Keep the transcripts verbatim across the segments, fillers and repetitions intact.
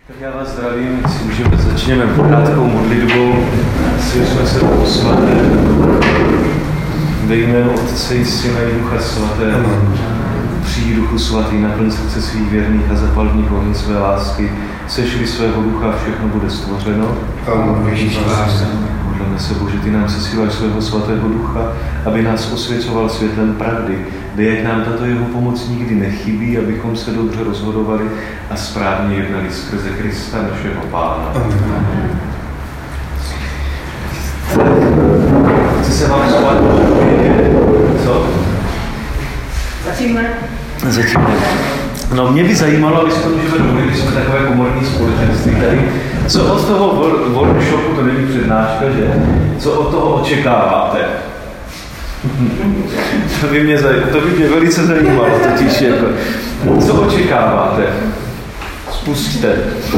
Tak já vás zdravím, myslím, že začněme krátkou modlitbou. Svěřme se Bohu svaté. Ve jménu Otce i Syna i Ducha Svatého. Přijď, Duchu Svatý, naplň srdce svých věrných a zapal v nich oheň své lásky. Sešli svého ducha a všechno bude stvořeno. Modlíme se, Bože, ty nám sesíláš svého svatého ducha, aby nás osvěcoval světlem pravdy. Dej, jak nám tato jeho pomoc nikdy nechybí, abychom se dobře rozhodovali a správně jednali skrze Krista, našeho Pána. Chci se vám zvat. Co? Začínáme. Začínáme. No, mě by zajímalo, aby jsme můžeme dovolit, když jsme takové komorní společenství tady, co od toho workshopu, to není přednáška, že? Co od toho očekáváte? To by mě, zaj... to by mě velice zajímalo, totiž jako, co očekáváte? Spusťte.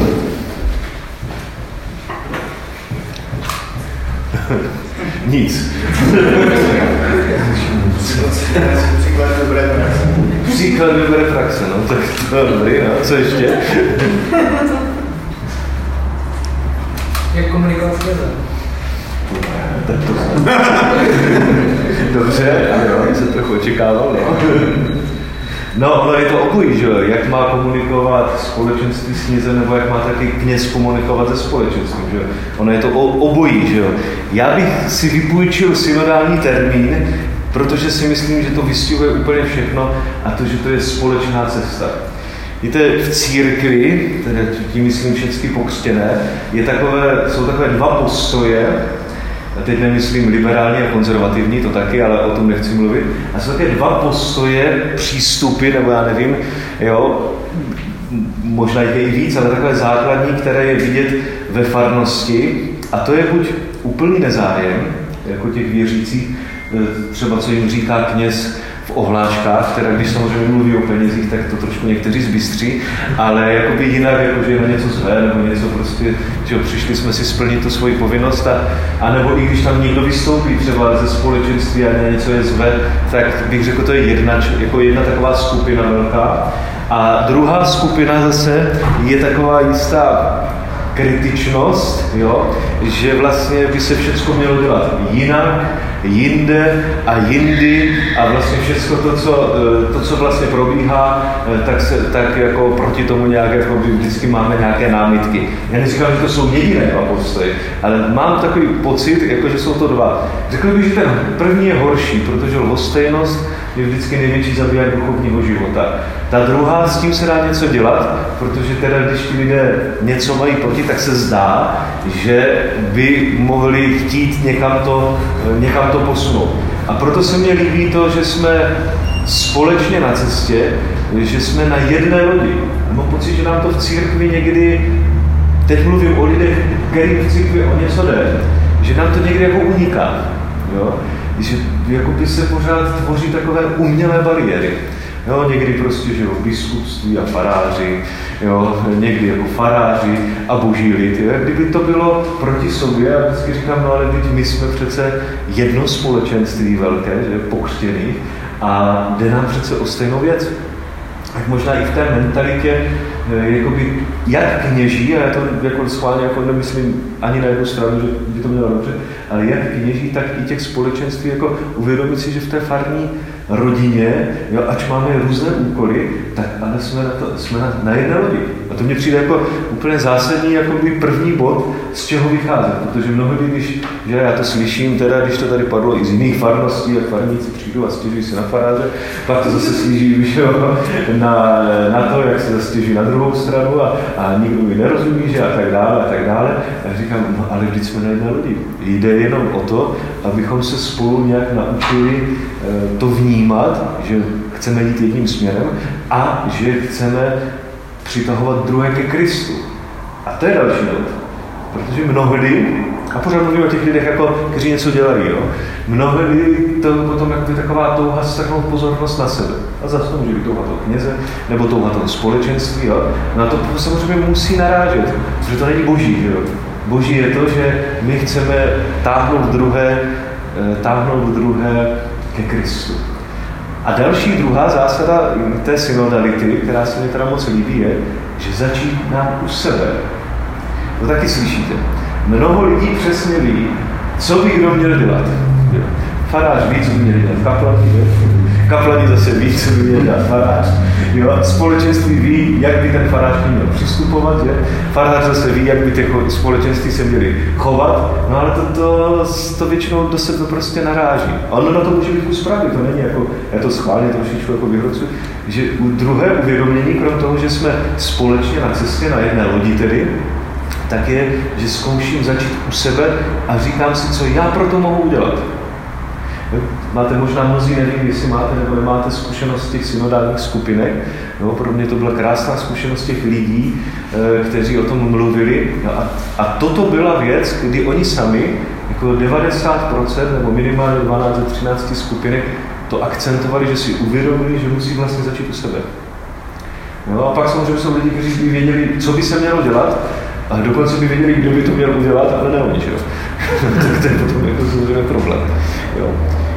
Nic. Příklad dobré praxe. Příklad dobré praxe, no tak to je dobrý, no, co ještě? Jak komunikovat s lidem? Tak to dobře, ano, se trochu očekával, no. No, ono je to obojí, že jo, jak má komunikovat společenství s knězem, nebo jak má taky kněz komunikovat se společenstvím, že jo. Ono je to obojí, že jo. Já bych si vypůjčil synodální termín, protože si myslím, že to vystihuje úplně všechno a to, že to je společná cesta. Víte, v církvi, tedy tím myslím všechny pokřtěné, je takové, jsou takové dva postoje, a teď nemyslím liberální a konzervativní, to taky, ale o tom nechci mluvit. A jsou také dva postoje, přístupy, nebo já nevím, jo, možná je i víc, ale takové základní, které je vidět ve farnosti. A to je buď úplný nezájem, jako těch věřících, třeba co jim říká kněz v ohláškách, teda když samozřejmě mluví o penězích, tak to trošku někteří zbystří, ale jakoby jinak, jako že na něco zve, nebo něco prostě, že přišli jsme si splnit tu svoji povinnost, a, a nebo i když tam někdo vystoupí třeba ze společenství a něco je zve, tak bych řekl, to je jedna, jako jedna taková skupina velká. A druhá skupina zase je taková jistá kritičnost, jo? Že vlastně by se všechno mělo dělat jinak, jinde a jindy a vlastně všechno to, co, to, co vlastně probíhá, tak, se, tak jako proti tomu nějak, jako by vždycky máme nějaké námitky. Já neříkám, že to jsou jediné dva postoje, ale mám takový pocit, jako že jsou to dva. Řekl bych, že ten první je horší, protože lhostejnost je vždycky největší zabíjak duchovního života. Ta druhá, s tím se dá něco dělat, protože teda, když ti lidé něco mají proti, tak se zdá, že by mohli chtít někam to, někam to posunout. A proto se mně líbí to, že jsme společně na cestě, že jsme na jedné lodi. Mám pocit, že nám to v církvi někdy, teď mluvím o lidech, kterým v církvi o něco jde, že nám to někdy jako uniká. Jo? Že jakoby se pořád tvoří takové umělé bariéry. Jo, někdy prostě, že jo, biskupství a faráři, jo, někdy jako faráři a boží lid. Jo. Kdyby to bylo proti sobě, já vždycky říkám, no ale teď my jsme přece jedno společenství velké, že, pokřtěných, a jde nám přece o stejnou věc. Tak možná i v té mentalitě, jakoby, jak kněží, a já to jako schválně jako nemyslím ani na jednu stranu, že by to mělo dobře, ale jak kněží, tak i těch společenství, jako uvědomit si, že v té farní rodině, jo, ač máme různé úkoly, tak ale jsme na, to, jsme na, na jedné lodi. A to mně přijde jako úplně zásadní jakoby první bod, z čeho vycházet, protože mnohdy, když, že já to slyším, teda, když to tady padlo i z jiných farností, jak farníci přijdou a stěžují si na faráře, pak to zase slyší na, na to, jak se zastěžují na druhou stranu a, a nikdo mi nerozumí, že a tak dále a tak dále. A říkám, no ale vždyť jsme na jedné lodi. Jde jenom o to, abychom se spolu nějak naučili e, to vnímat, že chceme jít jedním směrem a že chceme přitahovat druhé ke Kristu. A to je další bod. Protože mnohdy, a pořád mluvím o těch lidech, jako, kteří něco dělají, jo, mnohdy to potom jako taková touha strhnout pozornost na sebe. A zase to může být touha toho kněze, nebo touha toho společenství, jo. Na to samozřejmě musí narážet, protože to není boží, jo. Boží je to, že my chceme táhnout druhé, táhnout druhé ke Kristu. A další druhá zásada té synodality, která se mi teda moc líbí, je, že začíná u sebe. To taky slyšíte. Mnoho lidí přesně ví, co by kdo měl dělat. Farář ví, co by měl dělat kaplani, kaplani zase ví, co by měl dělat farář. Jo? Společenství ví, jak by ten farář měl přistupovat, že? Farář zase ví, jak by ty společenství se měly chovat, no ale to, to, to většinou do sebe prostě naráží. A ono na to může být kus pravdy, to není jako, já to schválně trošičku jako vyhrocuji, že u druhé uvědomění, krom toho, že jsme společně na cestě, na jedné lodi tedy, tak je, že zkouším začít u sebe a říkám si, co já pro to mohu udělat. Máte možná mnozí, nevím, jestli máte nebo nemáte zkušenost těch synodálních skupinek. No, pro mě to byla krásná zkušenost těch lidí, kteří o tom mluvili. No a, a toto byla věc, kdy oni sami, jako devadesát procent nebo minimálně dvanáct ze třinácti skupinek, to akcentovali, že si uvědomili, že musí vlastně začít u sebe. No a pak samozřejmě jsou lidi, kteří by věděli, co by se mělo dělat, a dokonce by věděli, kdo by to měl udělat, ale ne oni, že jo. To je potom jako samozřejmě problém. Jo.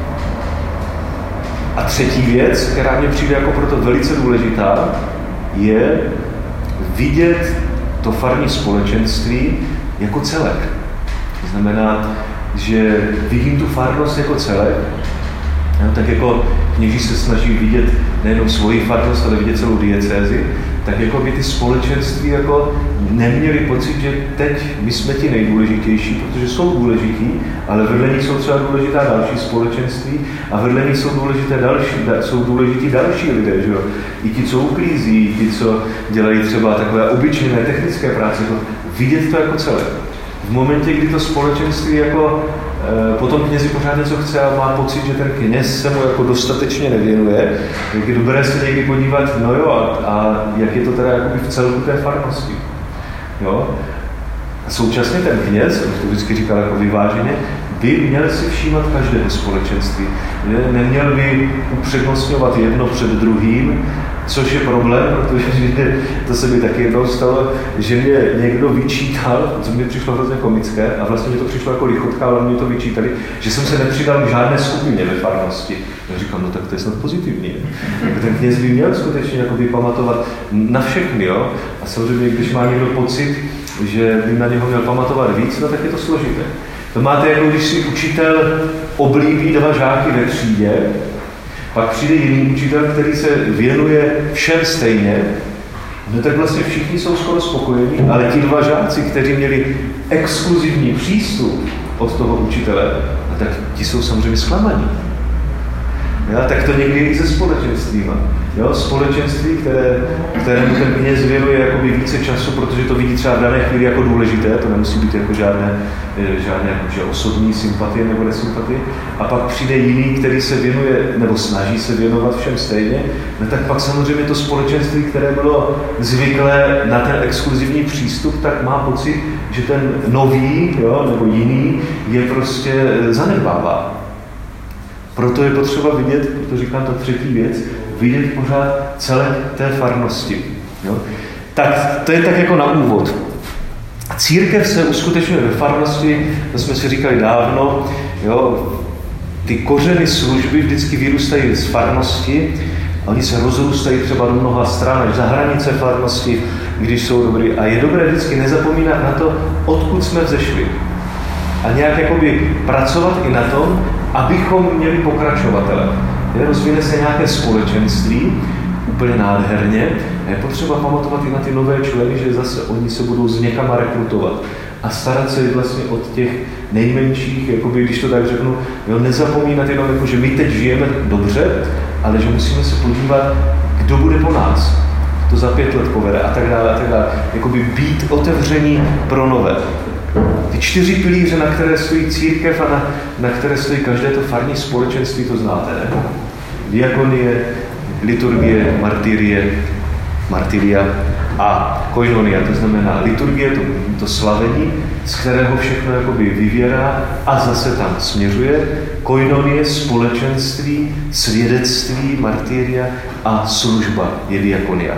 A třetí věc, která mě přijde jako proto velice důležitá, je vidět to farní společenství jako celek. To znamená, že vidím tu farnost jako celek, no, tak jako kněží se snaží vidět nejenom svoji farnost, ale vidět celou diecézi, tak jako by ty společenství jako neměli pocit, že teď my jsme ti nejdůležitější, protože jsou důležití, ale vedle nich jsou třeba důležitá další společenství a vedle nich jsou důležité další, jsou důležití další lidé, že jo? I ti, co uklízí, ti, co dělají třeba takové obyčejné technické práce, jako vidět to jako celé. V momentě, kdy to společenství jako e, potom knězi pořád něco chce a má pocit, že ten kněz se mu jako dostatečně nevěnuje, tak je dobré se někdy podívat, no jo, a, a jak je to teda jakoby v celku té farnosti. Jo? A současně ten kněz, on to vždycky říkal jako vyváženě, by měl si všímat každého společenství. Ne, neměl by upřednostňovat jedno před druhým, což je problém, protože to se mi taky jednou stalo, že mě někdo vyčítal, co mi přišlo hrozně komické, a vlastně mi to přišlo jako lichotka, ale mě to vyčítali, že jsem se nepřidal k žádné skupině ve farnosti. Já říkám, no tak to je snad pozitivní. Ten kněz by měl skutečně jakoby pamatovat na všechny, jo? A samozřejmě, když má někdo pocit, že by na něho měl pamatovat víc, no tak je to složité. To máte jako, když si učitel oblíbí dva žáky ve třídě, pak přijde jiný učitel, který se věnuje všem stejně, no tak vlastně všichni jsou skoro spokojení, ale ti dva žáci, kteří měli exkluzivní přístup od toho učitele, no tak ti jsou samozřejmě zklamaní. Ja, tak to někdy i se společenstvím. Jo, společenství, které, kterému ten kněz věnuje jakoby více času, protože to vidí třeba v dané chvíli jako důležité, to nemusí být jako žádné, žádné že osobní sympatie nebo nesympatie. A pak přijde jiný, který se věnuje, nebo snaží se věnovat všem stejně, no tak pak samozřejmě to společenství, které bylo zvyklé na ten exkluzivní přístup, tak má pocit, že ten nový, jo, nebo jiný je prostě zanedbává. Proto je potřeba vidět, proto říkám ta třetí věc, vidět pořád celé té farnosti. Jo? Tak to je tak jako na úvod. Církev se uskutečňuje ve farnosti, to jsme si říkali dávno, jo? Ty kořeny služby vždycky vyrůstají z farnosti a oni se rozrůstají třeba do mnoha stran, až za hranice farnosti, když jsou dobrý. A je dobré vždycky nezapomínat na to, odkud jsme vzešli. A nějak jakoby pracovat i na tom, abychom měli pokračovatele. Je, rozvine se nějaké společenství, úplně nádherně, a je potřeba pamatovat i na ty nové členy, že zase oni se budou z někama rekrutovat a starat se vlastně od těch nejmenších, jakoby, když to tak řeknu, jo, nezapomínat jenom, jako, že my teď žijeme dobře, ale že musíme se podívat, kdo bude po nás, to za pět let povede a tak dále, a tak dále. Jakoby být otevření pro nové. Ty čtyři pilíře, na které stojí církev a na, na které stojí každé to farní společenství, to znáte, ne? Diakonie, liturgie, martyrie, martyria a koinonia, to znamená liturgie, to, to slavení, z kterého všechno jakoby vyvěrá a zase tam směřuje. Koinonie, společenství, svědectví, martyria a služba je diakonia.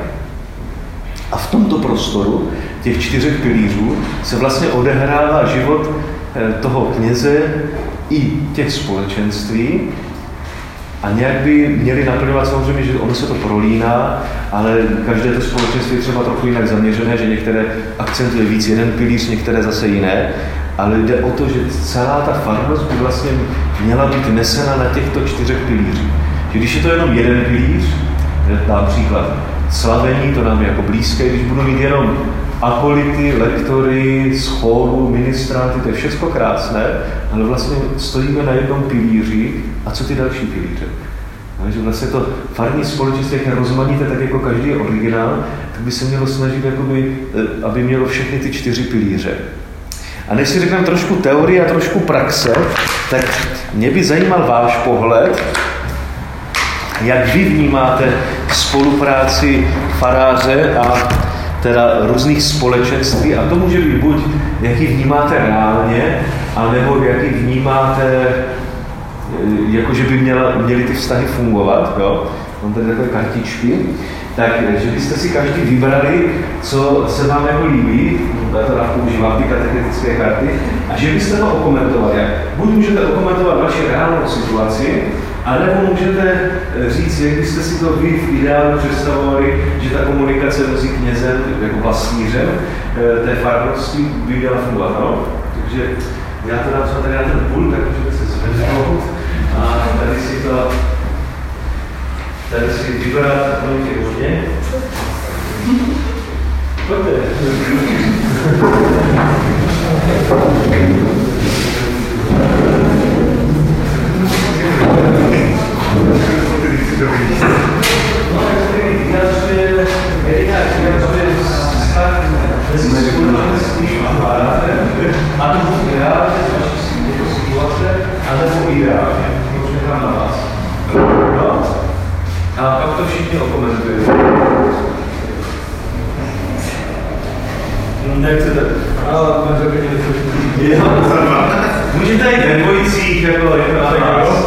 A v tomto prostoru těch čtyřech pilířů se vlastně odehrává život toho kněze i těch společenství. A nějak by měli naplňovat samozřejmě, že ono se to prolíná, ale každé to společenství je třeba trochu jinak zaměřené, že některé akcentuje víc jeden pilíř, některé zase jiné. Ale jde o to, že celá ta farnost by vlastně měla být nesena na těchto čtyřech pilířích. Že když je to jenom jeden pilíř, například slavení, to nám je jako blízké, když budu mít jenom akolity, lektory, schólu, ministranty, to je všechno krásné, ale vlastně stojíme na jednom pilíři a co ty další pilíře? Takže vlastně to farní společenství, jak je rozmanité, tak jako každý je originál, tak by se mělo snažit, jakoby, aby mělo všechny ty čtyři pilíře. A než si řekneme trošku teorie a trošku praxe, tak mě by zajímal váš pohled, jak vy vnímáte spolupráci faráře a teda různých společenství, a to může být buď, jak ji vnímáte reálně, anebo jak ji vnímáte, jako že by měla, měly ty vztahy fungovat, jo? Mám tady takové kartičky, tak, že byste si každý vybrali, co se vám jako líbí, já to rád používám, ty katechetické karty, a že byste to okomentovali. Buď můžete okomentovat vaši reálnou situaci, anebo můžete říct, jak byste si to vy v ideálu představovali, že ta komunikace mezi knězem, jako vlastnířem té farnosti by měla fungovat. No? Takže já to dám třeba tady na ten pult, tak můžete se zvednout a tady si to tady si vybrat takový těch hodně. Pojďte. A to bude ideálně z vaší situace, a nebo ideálně. To už nechám na vás. No? A pak to všichni okomentujete. Nechcete? Ale máte taky něco. Můžete jít ve dvojicích, jako jako na vás.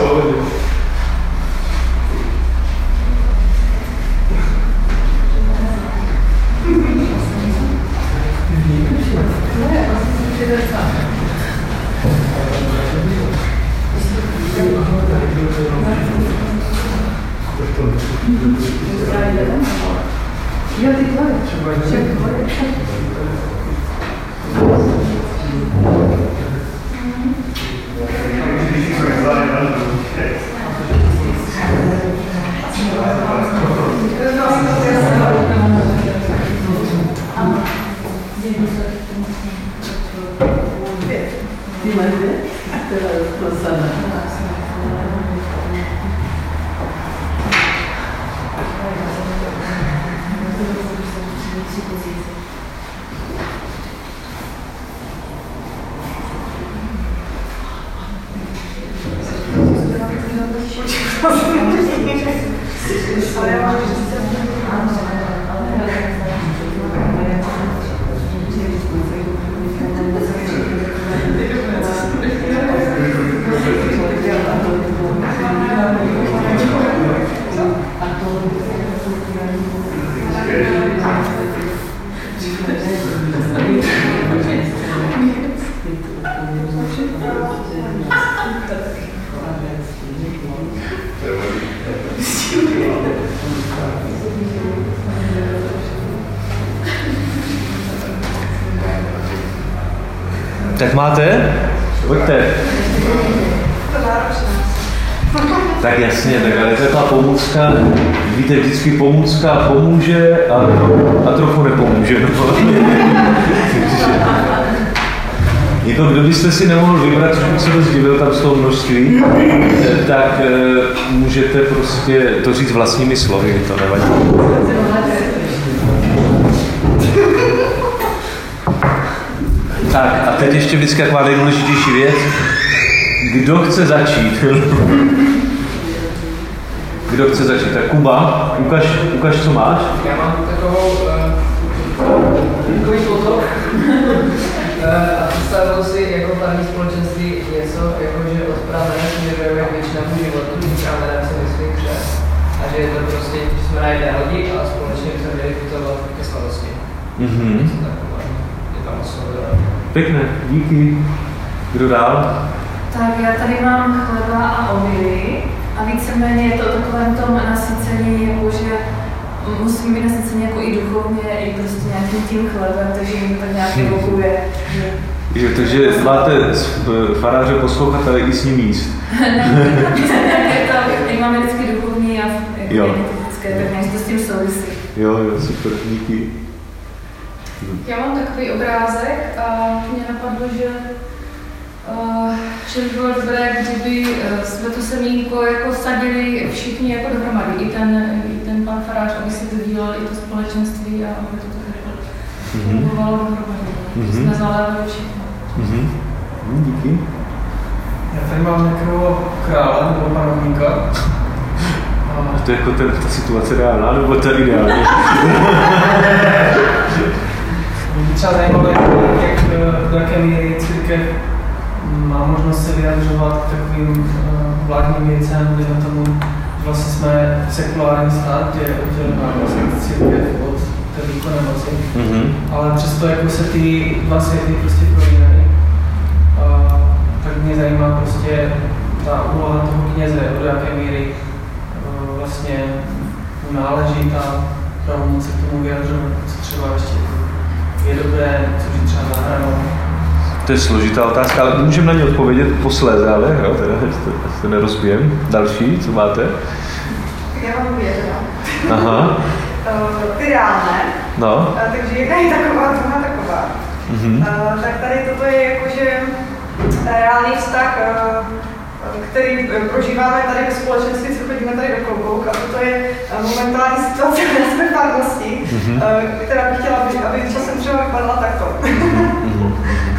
Jo, ty tvoje. Však tvoje. Tak máte? Pojďte. Tak jasně, tak ale to je ta pomůcka, víte, vždycky pomůcka pomůže a, a trochu nepomůže. No. Jako kdo byste si nemohl vybrat, což bych se dost divil tam z toho množství, tak můžete prostě to říct vlastními slovy, to nevadí. Tak a teď ještě vždycky taková nejdůležitější věc. Kdo chce začít? Kdo chce začít? Tak Kuba, ukaž, ukaž co máš. Já mám takovou takový foto a představil si jako farní společenství něco, jako že od pramene směrujeme k věčnému životu, tím pramenem se myslí křest. A že je to prostě, že jsme na jedné lodi a společně bychom měli putovat ke sladosti. Mhm. Je tam oslovil. Pěkné, díky. Kdo dál? Tak já tady mám chleba a omily A víceméně je to takovém tom nasycení, jakože musím být nasycení jako i duchovně, i prostě nějakým tím chlebem, takže mi to tak nějak evokuje. Že to, že máte faráře poslouchat, ale i s ním jíst. Ne, to máme vždycky duchovní a energetické, tak nějak to s tím souvisí. Jo, jo, super, díky. Já mám takový obrázek a mě napadlo, že, uh, že by bylo dobré, kdyby uh, jsme to semínko jako sadili všichni jako dohromady, i ten, i ten pan farář, aby si to dílel, i to společenství a aby to tak fungovalo mm-hmm. dohromady. Mm-hmm. Jsme zalévali všichni. Mm-hmm. Díky. Já tady mám nějakého krále nebo panovníka. A to je jako ten, ta situace reálná, nebo to je ideální? Mě třeba zajímavé, jak, do jaké míry církev má možnost se vyjadřovat k takovým vládním věcem, kdy na tomu vlastně jsme sekulární stát, kde je oddělená vlastně církev od té výkonné moci. Mm-hmm. Ale přesto jako se ty dva světy prostě prolínají. Tak mě zajímá prostě ta úloha toho kněze, do jaké míry vlastně mu náleží ta pravomoc se k tomu vyjadřovat, co třeba ještě je dobré, co by třeba zahranou. To je složitá otázka, ale můžeme na ně odpovědět posléze, ale jo, teda to, to nerozbijem. Další, co máte? Já mám dvě teda. Aha. Ty reálné. No. Takže jedna je taková, druhá taková. Mm-hmm. Tak tady toto je jakože reálný vztah, který prožíváme tady ve společenství, co chodíme tady do Klobouk, a toto je momentální situace ve své farnosti, mm-hmm. která bych chtěla, aby, aby časem třeba vypadala takto. Mm-hmm.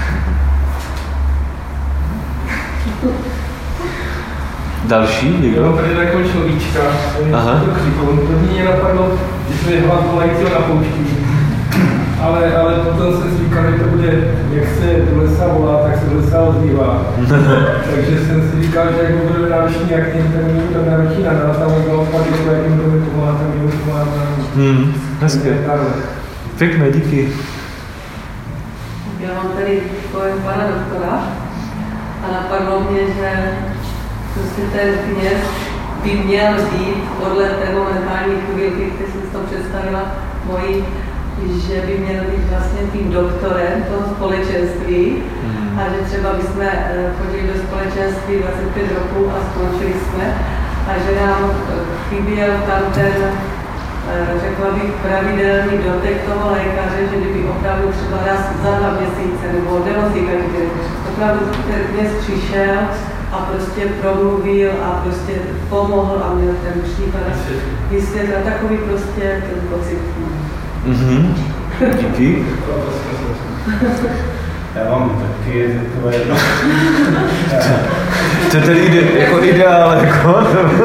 Další, někdo? Jo, tady takový človíčka, to křikou. První mě napadlo, že to je hlad volajícího na poušti. Ale, ale potom jsem si říkal, že to bude, jak se do lesa volá, tak se do lesa ozývá. Takže jsem si říkal, že jako bude náročný, jak některý není to náročný na nás, ale naopak, jako jak jim budeme pomáhat, tak jim pomáhat. Hmm, hezky. Pěkné, díky. Já mám tady pojem pana doktora a napadlo mě, že prostě ten kněz by měl být podle té momentální chvílky, který jsem si to představila, mojí, že by měl být vlastně tím doktorem toho společenství mm. a že třeba bychom chodili do společenství dvacet pět roků a skončili jsme a že nám chyběl tam ten, řekla bych, pravidelný dotek toho lékaře, že kdyby opravdu třeba raz za dva měsíce nebo nemusí každý den, opravdu ten kněz přišel a prostě promluvil a prostě pomohl a měl ten případ vysvětlit takový prostě ten pocit. Mhm, díky. Já mám taky takové jedno. To je tedy ide, jako ideál, jako.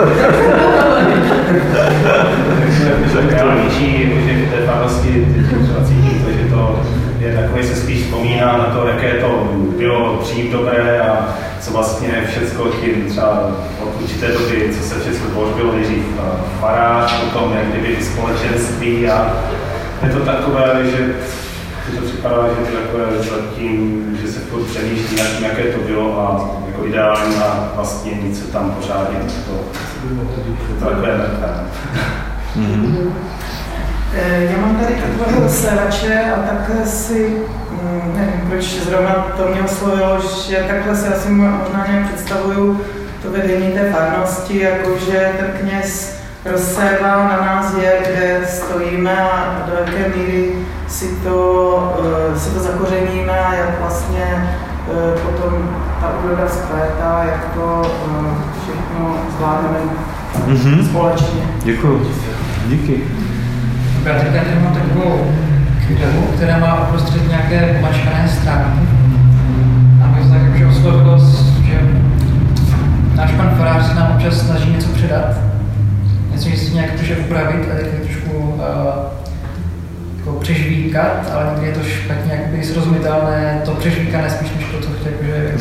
Reálnější, že v té farnosti třeba cítím to, že to je takové, se spíš vzpomíná na to, jaké to bylo dřív dobré a co vlastně všechno tím třeba od určité doby, co se všechno bylo nejdřív farář, potom jak kdyby společenství a je to takové, že mi to připadá, že to takové zatím, že se furt přemýšlí nad tím, jaké to bylo a jako ideální a vlastně nic se tam pořádně to, to takové mrtvé. Mm-hmm. Já mám tady takového rozsévače a takhle si, nevím proč zrovna to mě oslovilo, že takhle si asi možná nějak představuju to vedení té farnosti, jakože ten kněz rozsévá na nás je, kde stojíme a do jaké míry si to, si to zakořeníme a jak vlastně potom ta úroda vzkvétá, jak to všechno zvládneme mm-hmm. společně. Děkuji. Díky. Já teď tady mám takovou knihu, která má uprostřed nějaké mačkané stránky. A mě to tak jakože oslovilo, že náš pan farář se nám občas snaží něco předat. Něco si nějak trošku upravit a taky trošku uh, jako přežvíkat, ale někdy je to špatně jakoby srozumitelné, to přežvíkané spíš než to, co chtěl, že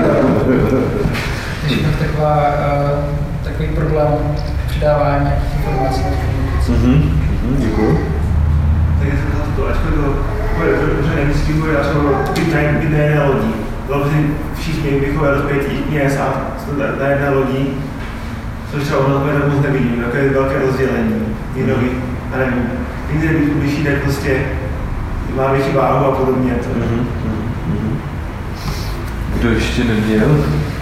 je taková, uh, takový problém předávání informací. Mhm, děkuji. Tak já jsem za to ačko to dobře nevystihuje, až to být na jedné lodi. Bylo by všichni bychom rozpětí kněz a na jedné lodi což třeba ono takové moc nevidím, takové velké rozdělení. Někdo, já nevím, někde vyšší, tak prostě má větší váhu a podobně. Mm-hmm. Kdo ještě neměl?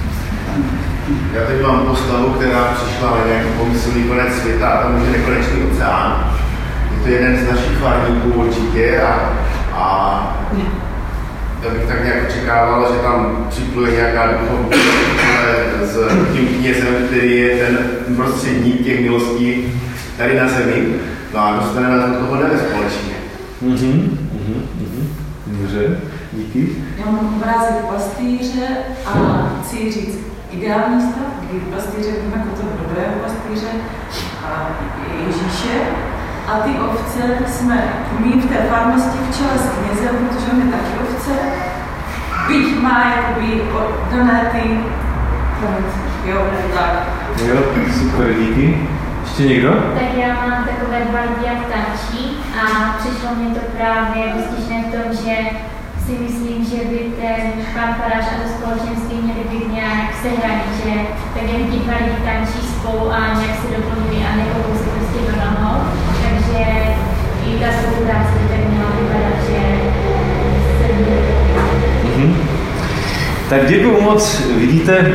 Já teď mám postavu, která přišla na nějaký pomyslný konec světa a tam už je nekonečný oceán. Je to jeden z našich farníků určitě a, a já bych tak nějak očekával, že tam připluje nějaká duchovní s tím knězem, který je ten prostředník těch milostí tady na zemi. No a dostane nás do toho nebe společně. Mhm, mhm, mhm. Dobře, díky. Já mám obrázek pastýře a chci říct ideální stav, kdy pastýře jako toho dobrého pastýře a Ježíše. A ty ovce jsme my v té farnosti v čele s knězem, protože on je taky ovce, byť má jakoby dané ty, jo, tak. Jo, super, díky. Ještě někdo? Tak já mám takové dva lidi, jak tančí a přišlo mi to právě výstižné v tom, že si myslím, že by ten pán farář a to společenství měli být nějak sehraní, že tak jen ti dva lidi tančí spolu a nějak se doplňují a nekoupou se prostě do nohou. Takže i ta spolupráce by tak měla vypadat, že se mm-hmm. Tak děkuju moc. Vidíte,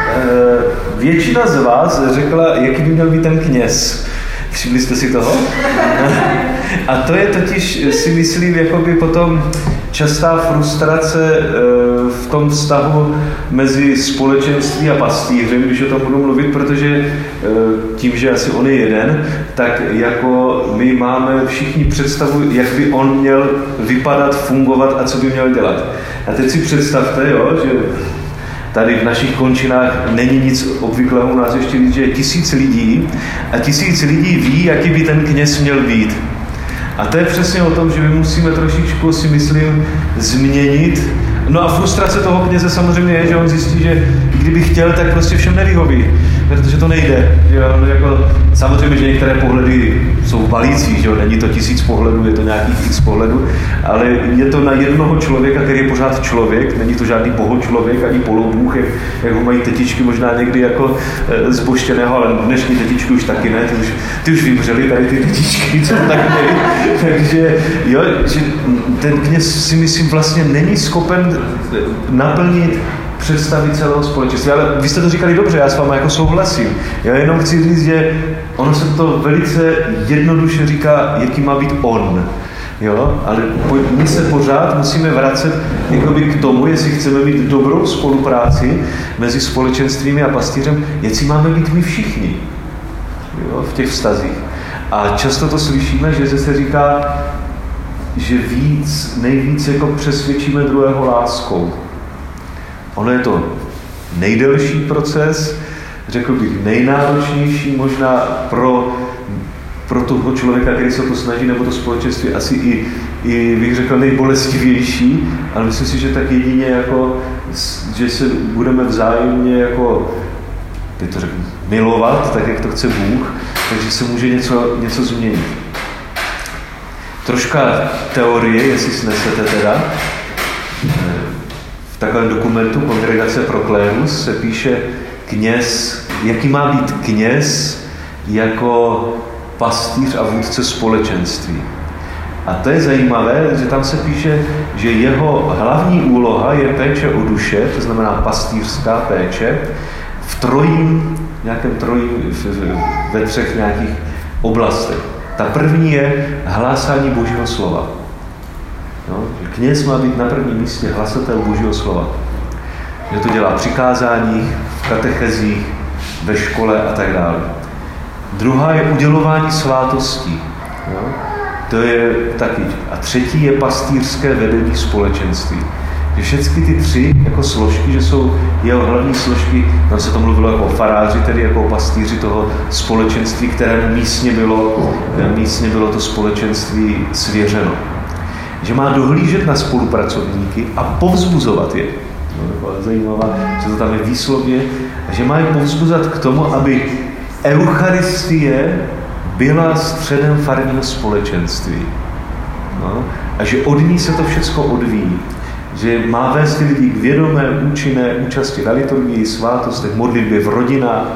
většina z vás řekla, jaký by měl být ten kněz. Všimli jste si toho? A to je totiž, si myslím, jakoby potom častá frustrace v tom vztahu mezi společenství a pastýřem, když o tom budu mluvit, protože tím, že asi on je jeden, tak jako my máme všichni představu, jak by on měl vypadat, fungovat a co by měl dělat. A teď si představte, jo, že tady v našich končinách není nic obvyklého, u nás ještě víc, že je tisíc lidí a tisíc lidí ví, jaký by ten kněz měl být. A to je přesně o tom, že my musíme trošičku, si myslím, změnit. No a frustrace toho kněze samozřejmě je, že on zjistí, že kdyby chtěl, tak prostě všem nevyhoví, protože to nejde. Že on jako, samozřejmě, že některé pohledy jsou balící, že jo? Není to tisíc pohledů, je to nějakých x pohledů, ale je to na jednoho člověka, který je pořád člověk, není to žádný bohočlověk, ani polobůh, jak, jak ho mají tetičky možná někdy jako e, zboštěného, ale dnešní tetičky už taky ne, ty už, ty už vymřeli tady ty tetičky, co tak měli. Takže jo, že ten kněz si myslím vlastně není schopen naplnit představy celého společenství. Ale vy jste to říkali dobře, já s vámi jako souhlasím. Já jenom chci říct, že ono se to velice jednoduše říká, jaký má být on. Jo? Ale my se pořád musíme vracet jakoby k tomu, jestli chceme mít dobrou spolupráci mezi společenstvími a pastýřem, jestli máme být my všichni, jo? V těch vztazích. A často to slyšíme, že se říká, že víc, nejvíc jako přesvědčíme druhého láskou. Ono je to nejdelší proces, řekl bych nejnáročnější možná pro, pro toho člověka, který se to snaží, nebo to společenství asi i, i bych řekl nejbolestivější, ale myslím si, že tak jedině jako, že se budeme vzájemně jako, teď to řeknu, milovat, tak jak to chce Bůh, takže se může něco, něco změnit. Troška teorie, jestli snesete teda. V takovém dokumentu Kongregace pro klérus se píše kněz, jaký má být kněz jako pastýř a vůdce společenství. A to je zajímavé, že tam se píše, že jeho hlavní úloha je péče o duše, to znamená pastýřská péče, v trojím, nějakém trojím, ve třech nějakých oblastech. Ta první je hlásání Božího slova. No, kněz má být na prvním místě hlasatel Božího slova. Že to dělá při kázáních, v katechezích, ve škole a tak dále. Druhá je udělování svátostí. Jo? To je taky. A třetí je pastýřské vedení společenství. Že všechny ty tři jako složky, že jsou jeho hlavní složky, tam se to mluvilo jako o faráři, tedy jako o pastýři toho společenství, které místně bylo, místně bylo to společenství svěřeno. Že má dohlížet na spolupracovníky a povzbuzovat je. No, zajímavá, že to tam je výslovně. A že má je povzbuzovat k tomu, aby Eucharistie byla středem farního společenství. No, a že od ní se to všechno odvíjí. Že má vést lidi k vědomé, účinné účasti na liturgii, svátostech, modlitbě v rodinách,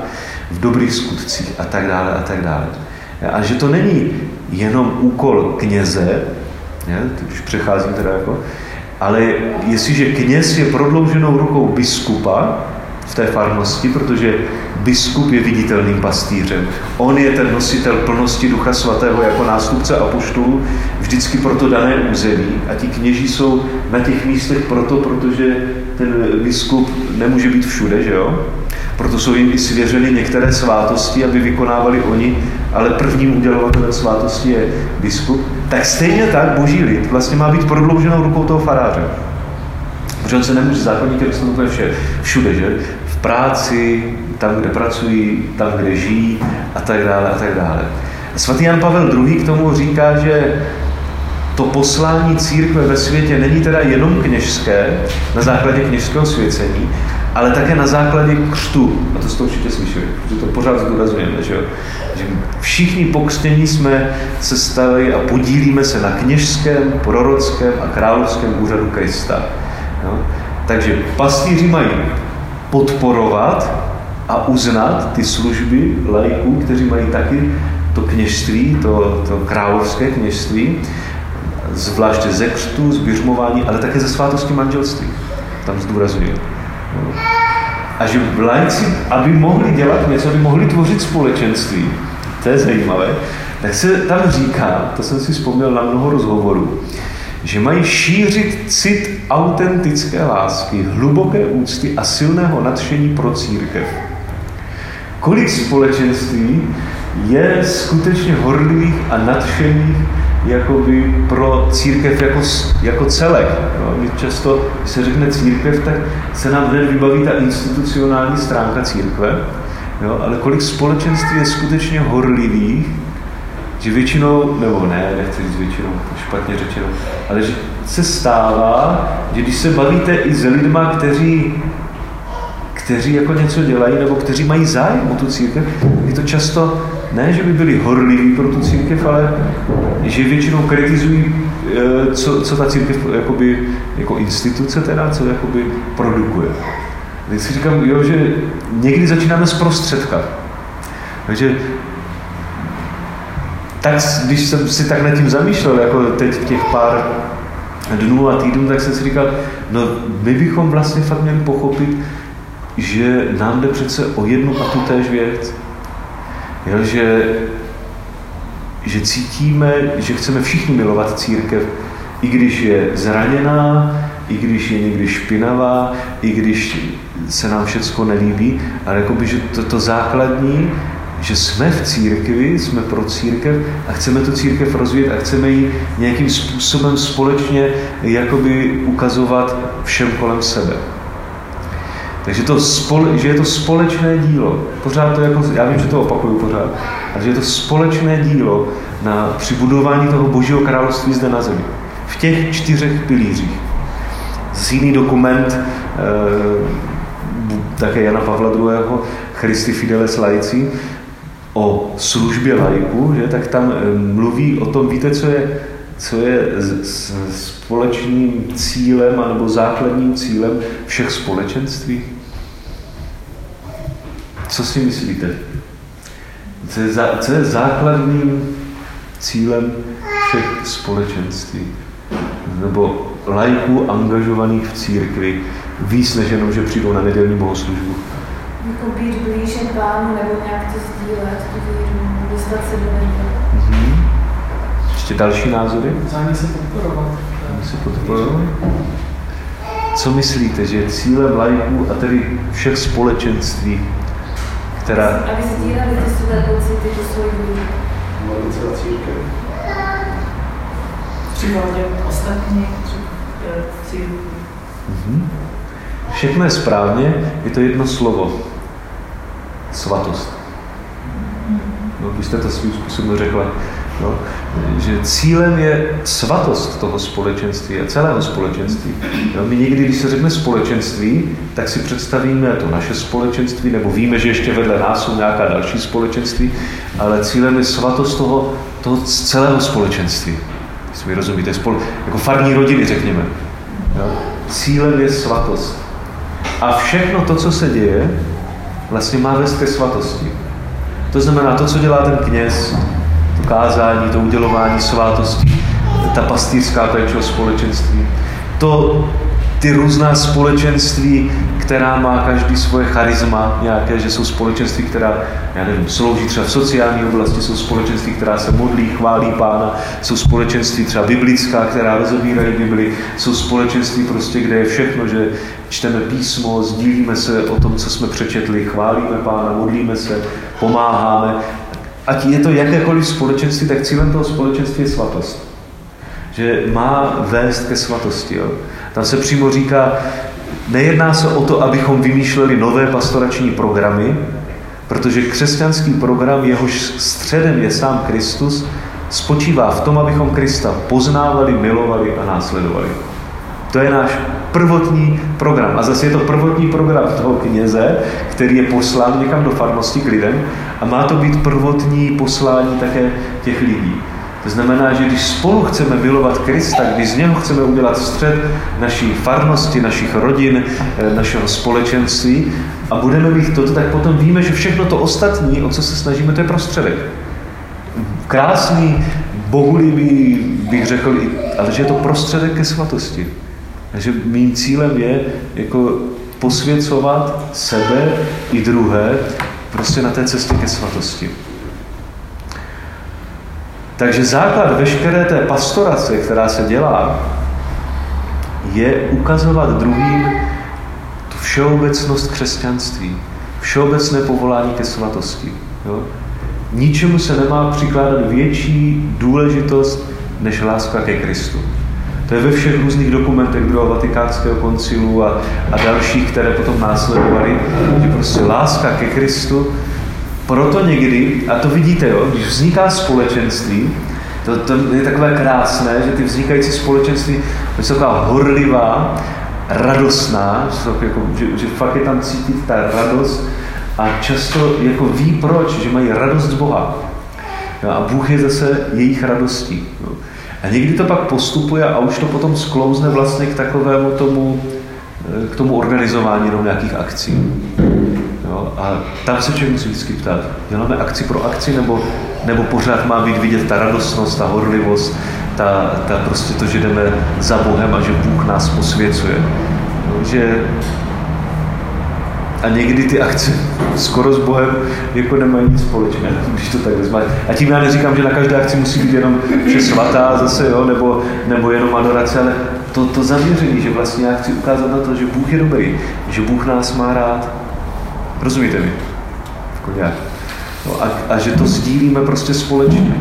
v dobrých skutcích a tak dále a tak dále. A že to není jenom úkol kněze, ne, když přecházím teda jako, ale jestliže kněz je prodlouženou rukou biskupa v té farnosti, protože biskup je viditelným pastýřem. On je ten nositel plnosti Ducha Svatého jako nástupce apoštolů vždycky pro to dané území. A ti kněží jsou na těch místech proto, protože ten biskup nemůže být všude, že jo? Proto jsou jim i svěřeny některé svátosti, aby vykonávali oni, ale prvním udělovatelem svátosti je biskup. Tak stejně tak boží lid vlastně má být prodlouženou rukou toho faráře. Protože on se nemůže zákonníky dostat úplně vše, všude, že? V práci, tam, kde pracují, tam, kde žijí a tak dále a tak dále. A svatý Jan Pavel druhý. k tomu říká, že to poslání církve ve světě není teda jenom kněžské, na základě kněžského svěcení, ale také na základě křtu. A to jste určitě slyšeli, protože to pořád zdůrazňujeme, že jo? Že všichni pokřtění jsme se stali a podílíme se na kněžském, prorockém a královském úřadu Krista. No? Takže pastýři mají podporovat a uznat ty služby laiků, kteří mají taky to kněžství, to, to královské kněžství, zvláště ze křtu, z běžmování, ale také ze svátosti manželství. Tam zdůrazňuji. No. A že laici, aby mohli dělat něco, aby mohli tvořit společenství, to je zajímavé, tak se tam říká, to jsem si vzpomněl na mnoho rozhovorů, že mají šířit cit autentické lásky, hluboké úcty a silného nadšení pro církev. Kolik společenství je skutečně horlivých a nadšených jakoby pro církev jako, jako celek. No, my často, když se řekne církev, tak se nám hned vybaví ta institucionální stránka církve, jo, ale kolik společenství je skutečně horlivých, že většinou, nebo ne, nechci říct většinou, špatně řečeno, ale že se stává, že když se bavíte i s lidma, kteří, kteří jako něco dělají, nebo kteří mají zájem o tu církev, je to často, ne, že by byli horliví pro tu církev, ale že většinou kritizují, co, co ta církev jakoby, jako instituce teda, co jakoby produkuje. Tak si říkám, jo, že někdy začínáme zprostředka. Takže tak, když jsem si tak nad tím zamýšlel, jako teď v těch pár dnů a týdnů, tak jsem si říkal, no my bychom vlastně fakt měli pochopit, že nám jde přece o jednu a tu též věc. Jo, že, že cítíme, že chceme všichni milovat církev, i když je zraněná, i když je někdy špinavá, i když se nám všecko nelíbí, ale jakoby, že to, to základní, že jsme v církvi, jsme pro církev a chceme tu církev rozvíjet a chceme ji nějakým způsobem společně jakoby ukazovat všem kolem sebe. Takže to spole, že je to společné dílo. Pořád to jako, já vím, že to opakuju pořád, ale že je to společné dílo na přibudování toho Božího království zde na zemi. V těch čtyřech pilířích. Z jiný dokument e, také Jana Pavla druhého. Christi Fideles Laici o službě laiků, že, tak tam mluví o tom, víte, co je, co je společným cílem anebo základním cílem všech společenství? Co si myslíte? Co je, za, co je základním cílem všech společenství? Nebo laiků angažovaných v církvi víc než jenom, že přijdou na nedělní bohoslužbu? Jako být blíže Pánu nebo nějak to sdílet, tu víru, dostat se do nebe. Mm-hmm. Ještě další názory? Zájemně se podporovat. Zájemně se podporovat. Co myslíte, že je cílem laiků a tedy všech společenství, která... Aby sdíleli ty své pocity, tu svoji víru. Modlit se za církev. Přivádět ostatní církvi. Mm-hmm. Všechno je správně, je to jedno slovo. Svatost. No, vy jste to svým způsobem řekla. No, že cílem je svatost toho společenství a celého společenství. No, my někdy, když se řekne společenství, tak si představíme to naše společenství, nebo víme, že ještě vedle nás jsou nějaká další společenství, ale cílem je svatost toho, toho celého společenství. Jestli mi rozumíte, spol, jako farní rodiny, řekněme. No, cílem je svatost. A všechno to, co se děje, vlastně má vést ke svatosti. To znamená to, co dělá ten kněz, to kázání, to udělování svátostí, ta pastýřská péče o společenství, to ty různá společenství, která má každý svoje charisma nějaké, že jsou společenství, která, já nevím, slouží třeba v sociální oblasti, jsou společenství, která se modlí, chválí Pána, jsou společenství třeba biblická, která rozebírají Bibli, jsou společenství prostě, kde je všechno, že čteme písmo, sdílíme se o tom, co jsme přečetli, chválíme Pána, modlíme se, pomáháme. Ať je to jakékoliv společenství, tak cílem toho společenství je svatost. Že má vést ke svatosti. Jo? Tam se přímo říká, nejedná se o to, abychom vymýšleli nové pastorační programy, protože křesťanský program, jehož středem je sám Kristus, spočívá v tom, abychom Krista poznávali, milovali a následovali. To je náš prvotní program. A zase je to prvotní program toho kněze, který je poslán někam do farnosti k lidem a má to být prvotní poslání také těch lidí. To znamená, že když spolu chceme milovat Krista, když z něho chceme udělat střed naší farnosti, našich rodin, našeho společenství a budeme mít toto, tak potom víme, že všechno to ostatní, o co se snažíme, to je prostředek. Krásný, bohulivý, bych řekl, ale že je to prostředek ke svatosti. Takže mým cílem je jako posvěcovat sebe i druhé prostě na té cestě ke svatosti. Takže základ veškeré té pastorace, která se dělá, je ukazovat druhým tu všeobecnost křesťanství, všeobecné povolání ke svatosti. Jo? Ničemu se nemá přikládat větší důležitost než láska ke Kristu. To je ve všech různých dokumentech druhého vatikánského koncilu a, a dalších, které potom následovaly, že prostě láska ke Kristu. Proto někdy, a to vidíte, jo, když vzniká společenství, to, to je takové krásné, že ty vznikající společenství jsou taková horlivá, radostná, jako, že, že fakt je tam cítit ta radost a často jako ví proč, že mají radost z Boha. Jo, a Bůh je zase jejich radostí. Jo. A někdy to pak postupuje a už to potom sklouzne vlastně k takovému tomu, k tomu organizování jenom nějakých akcí. Jo, a tam se člověk musí vždycky ptát, děláme akci pro akci, nebo, nebo pořád má být vidět ta radostnost, ta horlivost, ta, ta prostě to, že jdeme za Bohem a že Bůh nás posvěcuje. Jo, že a někdy ty akce skoro s Bohem jako nemají nic společného, když to tak vezme. A tím já neříkám, že na každé akci musí být jenom vše svatá zase, jo, nebo, nebo jenom adorace, ale to, to zaměření, že vlastně já chci ukázat na to, že Bůh je dobrý, že Bůh nás má rád. Rozumíte mi? Jako no a, a že to sdílíme prostě společně.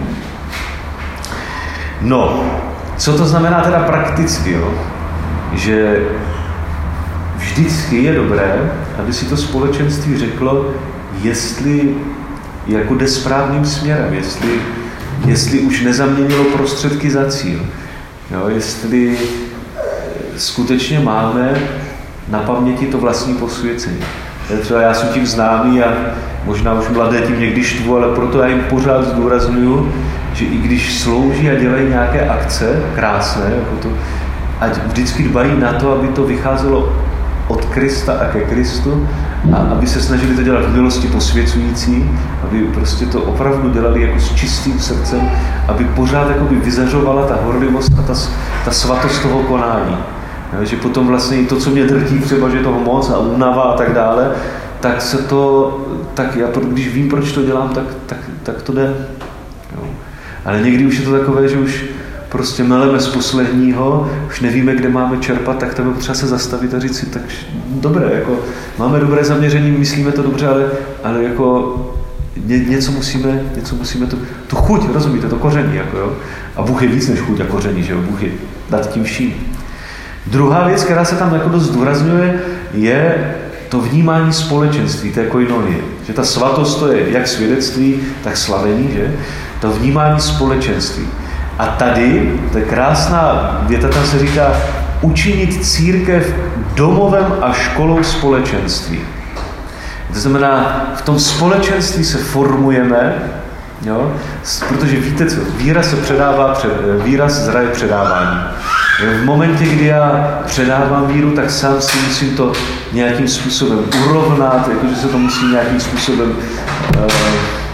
No, co to znamená teda prakticky, jo? Že vždycky je dobré, aby si to společenství řeklo, jestli jako jde správným směrem, jestli, jestli už nezaměnilo prostředky za cíl. Jo? Jestli skutečně máme na paměti to vlastní posvěcení. Třeba já jsem tím známý a možná už mladé tím někdy štvu, ale proto já jim pořád zdůraznuju, že i když slouží a dělají nějaké akce krásné, jako to, ať vždycky dbají na to, aby to vycházelo od Krista a ke Kristu a aby se snažili to dělat v milosti posvěcující, aby prostě to opravdu dělali jako s čistým srdcem, aby pořád jakoby vyzařovala ta horlivost a ta, ta svatost toho konání. Že potom vlastně i to, co mě drtí třeba, že je toho moc a únava a tak dále, tak se to, tak já, když vím, proč to dělám, tak, tak, tak to jde. Jo. Ale někdy už je to takové, že už prostě meleme z posledního, už nevíme, kde máme čerpat, tak tam je potřeba se zastavit a říct si, tak dobré, jako máme dobré zaměření, myslíme to dobře, ale, ale jako ně, něco musíme, něco musíme to, tu chuť, rozumíte, to koření, jako jo. A Bůh je víc než chuť a koření, že jo, Bůh je dát tím vším. Druhá věc, která se tam jako dost zdůrazňuje, je to vnímání společenství, té koinonie. Že ta svatost to je jak svědectví, tak slavení, že? To vnímání společenství. A tady, to je krásná věta, tam se říká učinit církev domovem a školou společenství. To znamená, v tom společenství se formujeme, jo? Protože víte co, víra se předává, víra zraje předávání. V momentě, kdy já předávám víru, tak sám si musím to nějakým způsobem urovnat, jakože se to musí nějakým způsobem uh,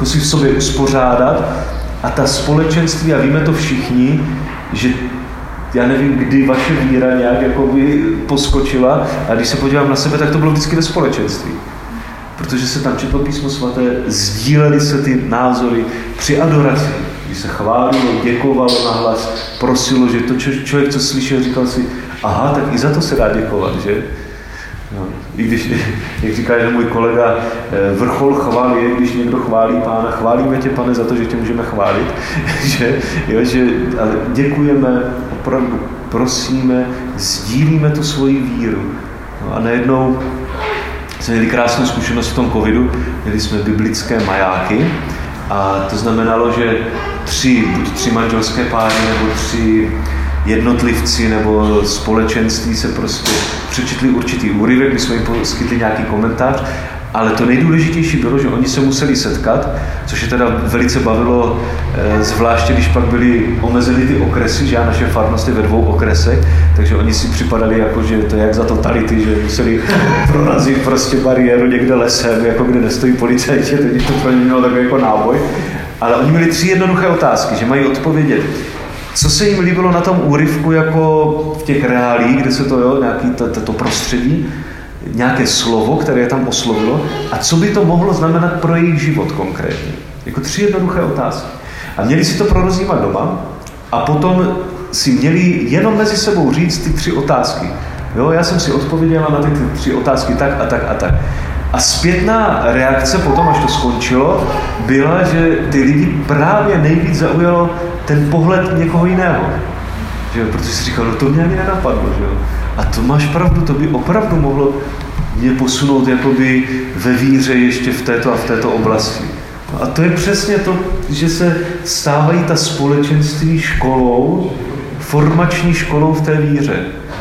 jako si v sobě uspořádat a ta společenství, a víme to všichni, že já nevím, kdy vaše víra nějak jako by poskočila, a když se podívám na sebe, tak to bylo vždycky ve společenství. Protože se tam četlo písmo svaté, sdílely se ty názory při adoraci, když se chválilo, děkovalo nahlas, prosilo, že to člověk, co slyšel, říkal si, aha, tak i za to se dá děkovat, že? No, i když, jak říká že můj kolega, vrchol chvály je, když někdo chválí Pána, chválíme tě, Pane, za to, že tě můžeme chválit, že, jo, že ale děkujeme, opravdu prosíme, sdílíme tu svoji víru. No a najednou jsme měli krásnou zkušenost v tom covidu, měli jsme biblické majáky a to znamenalo, že tři, buď tři manželské páry, nebo tři jednotlivci nebo společenství se prostě přečetli určitý úryvek, my jsme jim poskytli nějaký komentář, ale to nejdůležitější bylo, že oni se museli setkat, což je teda velice bavilo, zvláště když pak byly omezeny ty okresy, že já naše farnost je ve dvou okresech, takže oni si připadali jako, že to je jak za totality, že museli prorazit prostě bariéru někde lesem, jako kde nestojí policajti, teď to pro ně mělo takový jako náboj. Ale oni měli tři jednoduché otázky, že mají odpovědět, co se jim líbilo na tom úryvku jako v těch reálích, kde se to, jo, nějaký to, to, to prostředí, nějaké slovo, které je tam oslovilo a co by to mohlo znamenat pro jejich život konkrétně. Jako tři jednoduché otázky. A měli si to prorozjímat doma a potom si měli jenom mezi sebou říct ty tři otázky. Jo, já jsem si odpověděla na ty, ty tři otázky tak a tak a tak. A zpětná reakce potom, až to skončilo, byla, že ty lidi právě nejvíc zaujalo ten pohled někoho jiného. Že jo? Protože si říkal, no to mě ani nenapadlo. Že jo? A to máš pravdu, to by opravdu mohlo mě posunout jakoby ve víře ještě v této a v této oblasti. A to je přesně to, že se stávají ta společenství školou, formační školou v té víře.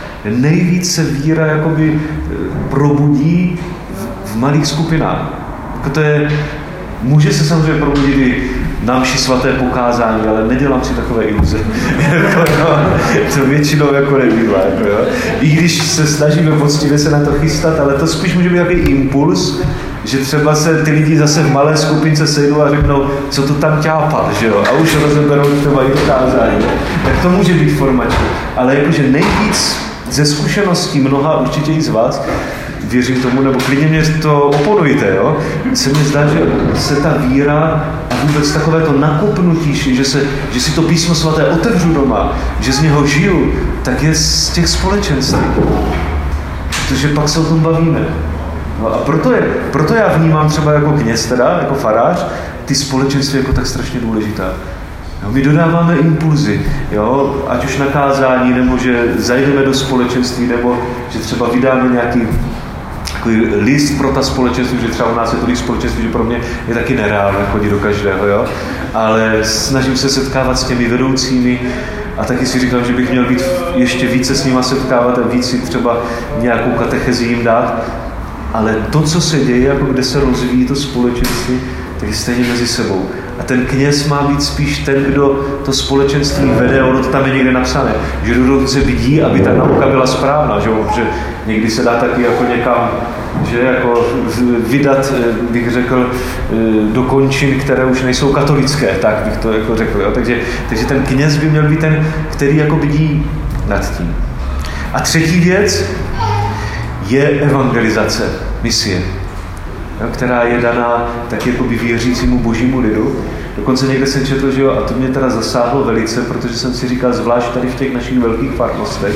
Nejvíc se víra jakoby probudí v malých skupinách. Jako to je, může se samozřejmě probudit i na mši svaté pokázání, ale nedělám si takové iluze. To většinou jako nebývá. Jako, jo. I když se snažíme poctivě se na to chystat, ale to spíš může být takový impuls, že třeba se ty lidi zase v malé skupince sejdou a řeknou, co to tam ťápat, že jo? A už rozeberou třeba i dokázání. Tak to může být formační. Ale jakože nejvíc ze zkušeností mnoha, určitě i z vás, věřím tomu, nebo klidně mě to oponujte, jo? Se mi zdá, že se ta víra a vůbec takové to nakopnutí, že, se, že si to písmo svaté otevřu doma, že z něho žiju, tak je z těch společenství. Protože pak se o tom bavíme. No a proto, je, proto já vnímám třeba jako kněz teda, jako farář, ty společenství jako tak strašně důležitá. Jo, my dodáváme impulzy, jo, ať už na kázání, nebo že zajdeme do společenství, nebo že třeba vydáme nějaký takový list pro ta společenství, že třeba u nás je tolik společenství, že pro mě je taky nereálné chodit do každého, jo. Ale snažím se setkávat s těmi vedoucími a taky si říkám, že bych měl být ještě více s nima setkávat a víc si třeba nějakou katechezi jim dát. Ale to, co se děje, jako kde se rozvíjí to společenství, tak je stejně mezi sebou. A ten kněz má být spíš ten, kdo to společenství vede, ono to tam je někde napsané, že dokonce vidí, aby ta nauka byla správná, že, že někdy se dá taky jako někam, že jako vydat, bych řekl, do končin, které už nejsou katolické, tak bych to jako řekl. Jo. Takže, takže ten kněz by měl být ten, který jako vidí nad tím. A třetí věc je evangelizace, misie, která je daná tak jakoby věřícímu božímu lidu. Dokonce někde jsem četl, že jo, a to mě teda zasáhlo velice, protože jsem si říkal, zvlášť tady v těch našich velkých farnostech,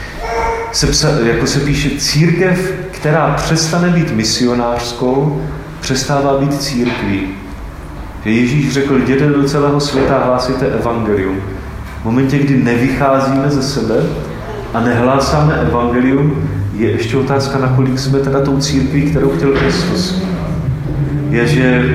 se, psa, jako se píše, církev, která přestane být misionářskou, přestává být církví. Že Ježíš řekl, jděte do celého světa a hlásíte evangelium. V momentě, kdy nevycházíme ze sebe a nehlásáme evangelium, je ještě otázka, nakolik jsme teda tou církví, kterou chtěl Kristus. Je, že,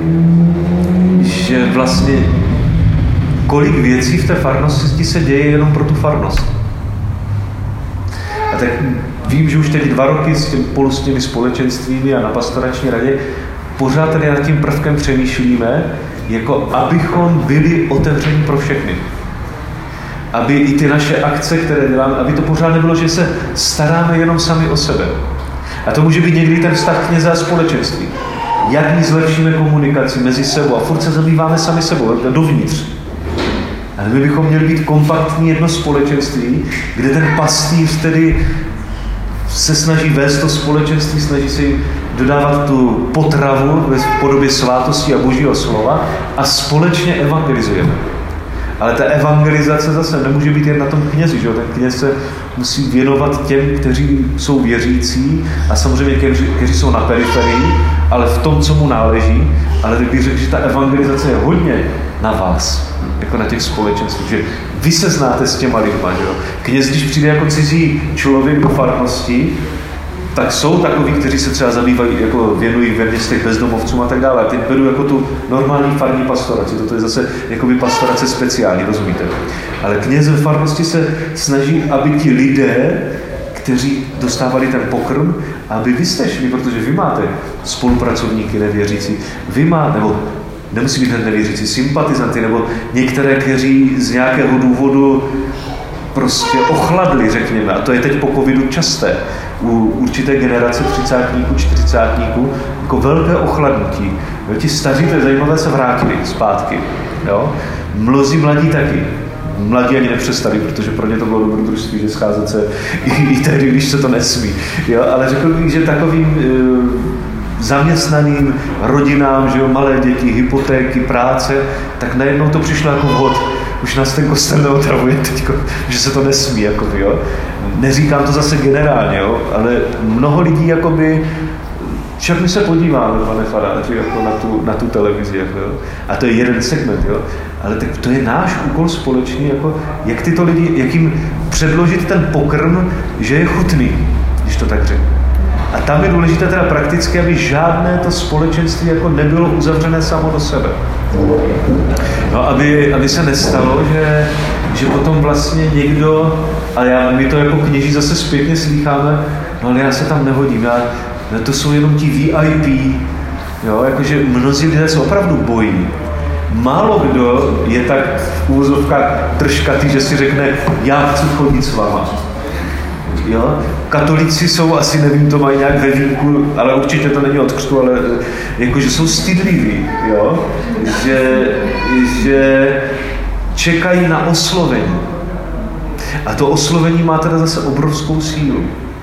že vlastně kolik věcí v té farnosti se děje jenom pro tu farnost. A tak vím, že už teď dva roky s, tím, spolu s těmi společenstvími a na pastorační radě pořád tady nad tím prvkem přemýšlíme, jako abychom byli otevření pro všechny. Aby i ty naše akce, které děláme, aby to pořád nebylo, že se staráme jenom sami o sebe. A to může být někdy ten vztah kněze a společenství. jak my zlepšíme komunikaci mezi sebou a furt se zabýváme sami sebou, dovnitř. Ale my bychom měli být kompaktní jedno společenství, kde ten pastýř tedy se snaží vést to společenství, snaží se jim dodávat tu potravu v podobě svátosti a božího slova a společně evangelizujeme. Ale ta evangelizace zase nemůže být jen na tom knězi, že jo? Ten kněz se musí věnovat těm, kteří jsou věřící a samozřejmě kteří, kteří jsou na periferii, ale v tom, co mu náleží. Ale bych řekl, že ta evangelizace je hodně na vás, jako na těch společenstvích, že vy se znáte s těma lidma, že jo? Kněz, když přijde jako cizí člověk do farnosti, tak jsou takoví, kteří se třeba zabývají, jako věnují ve městech bezdomovcům a tak dále. A teď beru jako tu normální farní pastoraci. Toto je zase jakoby pastorace speciální, rozumíte? Ale kněz ve farnosti se snaží, aby ti lidé, kteří dostávali ten pokrm, aby vy jste šli, protože vy máte spolupracovníky nevěřící, vy máte, nebo nemusí být hned nevěřící, sympatizanty, nebo některé, kteří z nějakého důvodu prostě ochladli, řekněme, a to je teď po covidu časté, u určité generace třicátníků, čtyřicátníků, jako velké ochladnutí. Jo, ti staří, to je zajímavé, se vrátili zpátky. Jo? Mnozí mladí taky. Mladí ani nepřestali, protože pro ně to bylo dobrodružství, že scházet se i, i tehdy, když se to nesmí. Jo? Ale řekl bych, že takovým e, zaměstnaným rodinám, že jo, malé děti, hypotéky, práce, tak najednou to přišlo jako vhod. Už nás ten kostel neotravuje teďko, že se to nesmí, jakoby, jo. Neříkám to zase generálně, jo, ale mnoho lidí, jakoby, však my se podíváme, pane faráři, jako na tu, na tu televizi, jako, jo. A to je jeden segment, jo. Ale tak to je náš úkol společný, jako, jak tyto lidi, jak jim předložit ten pokrm, že je chutný, když to tak řeknu. A tam je důležité teda prakticky, aby žádné to společenství jako nebylo uzavřené samo do sebe. No, aby, aby se nestalo, že, že potom vlastně někdo, a já, my to jako kněží zase zpětně slýcháme, no ale já se tam nehodím, já, to jsou jenom ti V I P, jo, jakože mnozí lidé se opravdu bojí. Málo kdo je tak v úvozovkách držkatý, že si řekne, já chci chodit s váma. Jo? Katolíci jsou, asi nevím, to mají nějak ve vínku, ale určitě to není od křtu, ale jakože jsou stydliví, jo? Že, že čekají na oslovení. A to oslovení má teda zase obrovskou sílu.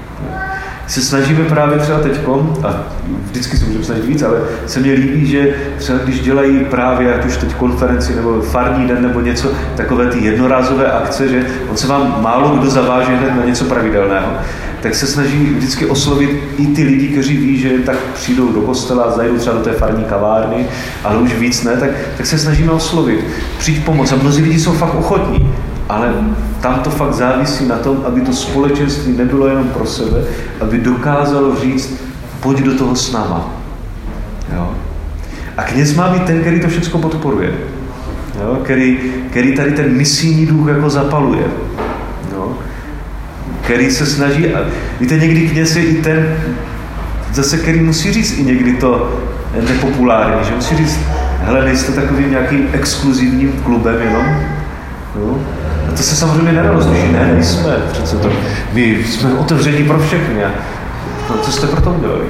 Se snažíme právě třeba teďkom, a vždycky se můžeme snažit víc, ale se mně líbí, že třeba když dělají právě, ať už teď konferenci nebo farní den nebo něco, takové ty jednorázové akce, že on se vám málo kdo zaváže hned na něco pravidelného, tak se snaží vždycky oslovit i ty lidi, kteří ví, že tak přijdou do kostela, zajdou třeba do té farní kavárny, ale už víc ne, tak, tak se snažíme oslovit, přijít pomoct. A mnozí lidi jsou fakt ochotní. Ale tam to fakt závisí na tom, aby to společenství nebylo jenom pro sebe, aby dokázalo říct, pojď do toho s náma. Jo? A kněz má být ten, který to všechno podporuje. Jo? Který, který tady ten misijní duch jako zapaluje. Jo? Který se snaží, a víte, někdy kněz je i ten, zase který musí říct i někdy to nepopulární, že musí říct, hele, nejste takovým nějakým exkluzivním klubem jenom. Jo? A to se samozřejmě nerozliší, ne, nejsme, přece to, my jsme otevření pro všechny a no, co jste pro to udělali?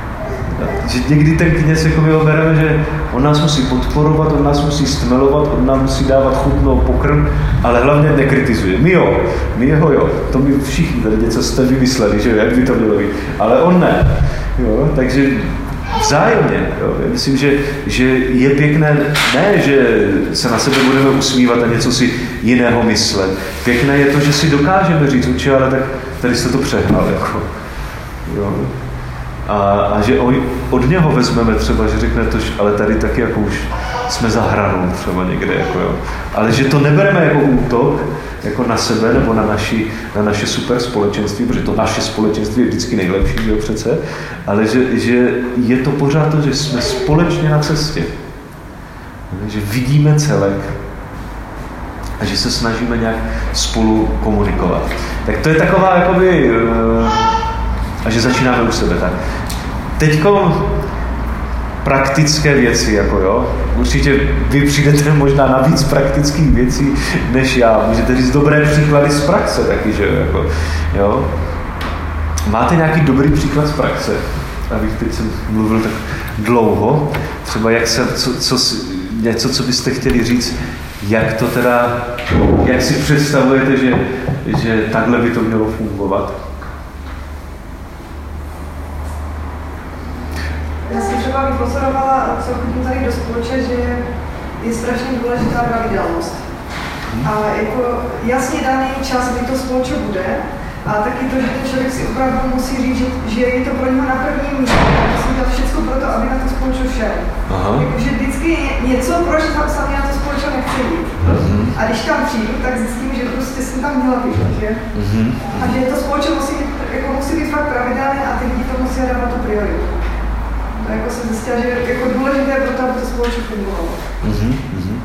Že někdy ten kněz jako my ho bereme, že on nás musí podporovat, on nás musí stmelovat, on nám musí dávat chutnou pokrm, ale hlavně nekritizuje. My jo, my jeho jo, to my všichni tady něco jste vymysleli, že jak by to mělo být, ale on ne. Jo? Takže vzájemně. Jo. Já myslím, že, že je pěkné, ne, že se na sebe budeme usmívat a něco si jiného myslet. Pěkné je to, že si dokážeme říct, uči, ale tak tady jste to přehnal. Jako. Jo. A, a že od něho vezmeme třeba, že řekne to, ale tady taky jako už jsme za hranou třeba někde. Jako, jo. Ale že to nebereme jako útok, jako na sebe nebo na, naši, na naše super společenství, protože to naše společenství je vždycky nejlepší, jo, přece, ale že, že je to pořád to, že jsme společně na cestě. Že vidíme celek a že se snažíme nějak spolu komunikovat. Tak to je taková, jakoby, a že začínáme u sebe. Tak. Teďko praktické věci, jako jo. Určitě vy přijdete možná na víc praktických věcí než já. Můžete říct dobré příklady z praxe taky, že jako, jo. Máte nějaký dobrý příklad z praxe? abych teď jsem mluvil tak dlouho, třeba jak se, co, co, něco, co byste chtěli říct, jak to teda, jak si představujete, že, že takhle by to mělo fungovat? Já jsem třeba vypozorovala, co chodím tady do spolče, že je strašně důležitá pravidelnost. A jako jasně daný čas, kdy to spolče bude, a taky to, že ten člověk si opravdu musí říct, že, že je to pro něho na prvním místě, tak musí dělat všechno pro to, aby na to spolče šel. Jakože vždycky něco, proč sami na to spolče nechci jít. Uh-huh. A když tam přijdu, tak zjistím, že prostě jsem tam měla být, že? Uh-huh. A že to spolče musí, jako musí být fakt pravidelné a ty lidi to musí dávat tu prioritu. To jako jsem zjistila, že je jako důležité pro to, aby to spolče fungovalo. Uh-huh.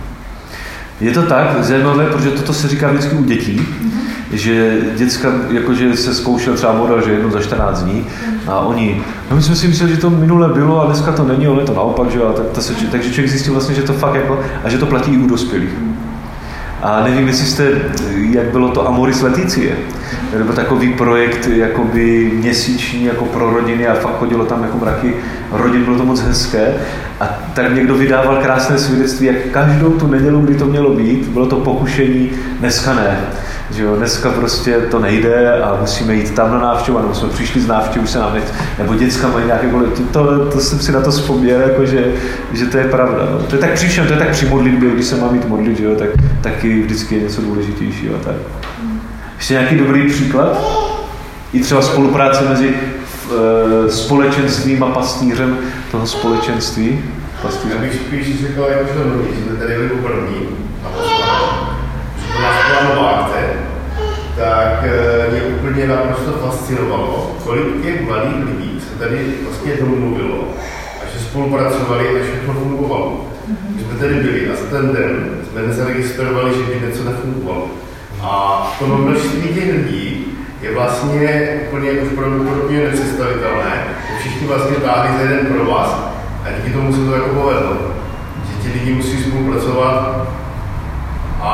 Je to tak zajímavé, protože toto se říká vždycky u dětí, mm-hmm. že děcka, jakože se zkoušel třeba model, že jednou za čtrnáct dní a oni, no my jsme si mysleli, že to minule bylo a dneska to není, ale je to naopak, že jo, tak to se, takže člověk zjistil vlastně, že to fakt jako, a že to platí i u dospělých. A nevím, jestli jste, jak bylo to Amoris Laetitia, to byl takový projekt jakoby měsíční jako pro rodiny a fakt chodilo tam jako mraky rodin, bylo to moc hezké. A tak někdo vydával krásné svědectví, jak každou tu nedělu, kdy to mělo být, bylo to pokušení, dneska ne. Že jo, dneska prostě to nejde a musíme jít tam na návštěvu, nebo jsme přišli z návštěvu, už se nám nechce, nebo děcka mají nějaké to, to, to jsem si na to vzpomněl, jako že, že to je pravda. No. To je tak při všem, to je tak při modlitbě, když se má mít modlit, že jo, tak taky vždycky je něco důležitějšího. Tak. Ještě nějaký dobrý příklad? I třeba spolupráce mezi e, společenstvím a pastýřem toho společenství? Pastýřem. Já bych spíš řekl, jako že mluví, že jsme tady byli poprvní a že to nás byla nová akce, tak mě úplně naprosto fascinovalo, kolik těch mladých lidí se tady vlastně domluvilo a že spolupracovali a všechno fungovalo. My jsme tady byli a za ten den jsme nezaregistrovali, že by něco nefungovalo. A to množství těch lidí je vlastně úplně jako pravděpodobně nepředstavitelné, že všichni vlastně táhli za jeden pro vás a díky tomu se to jako povedlo. Že ti lidi musí spolupracovat a,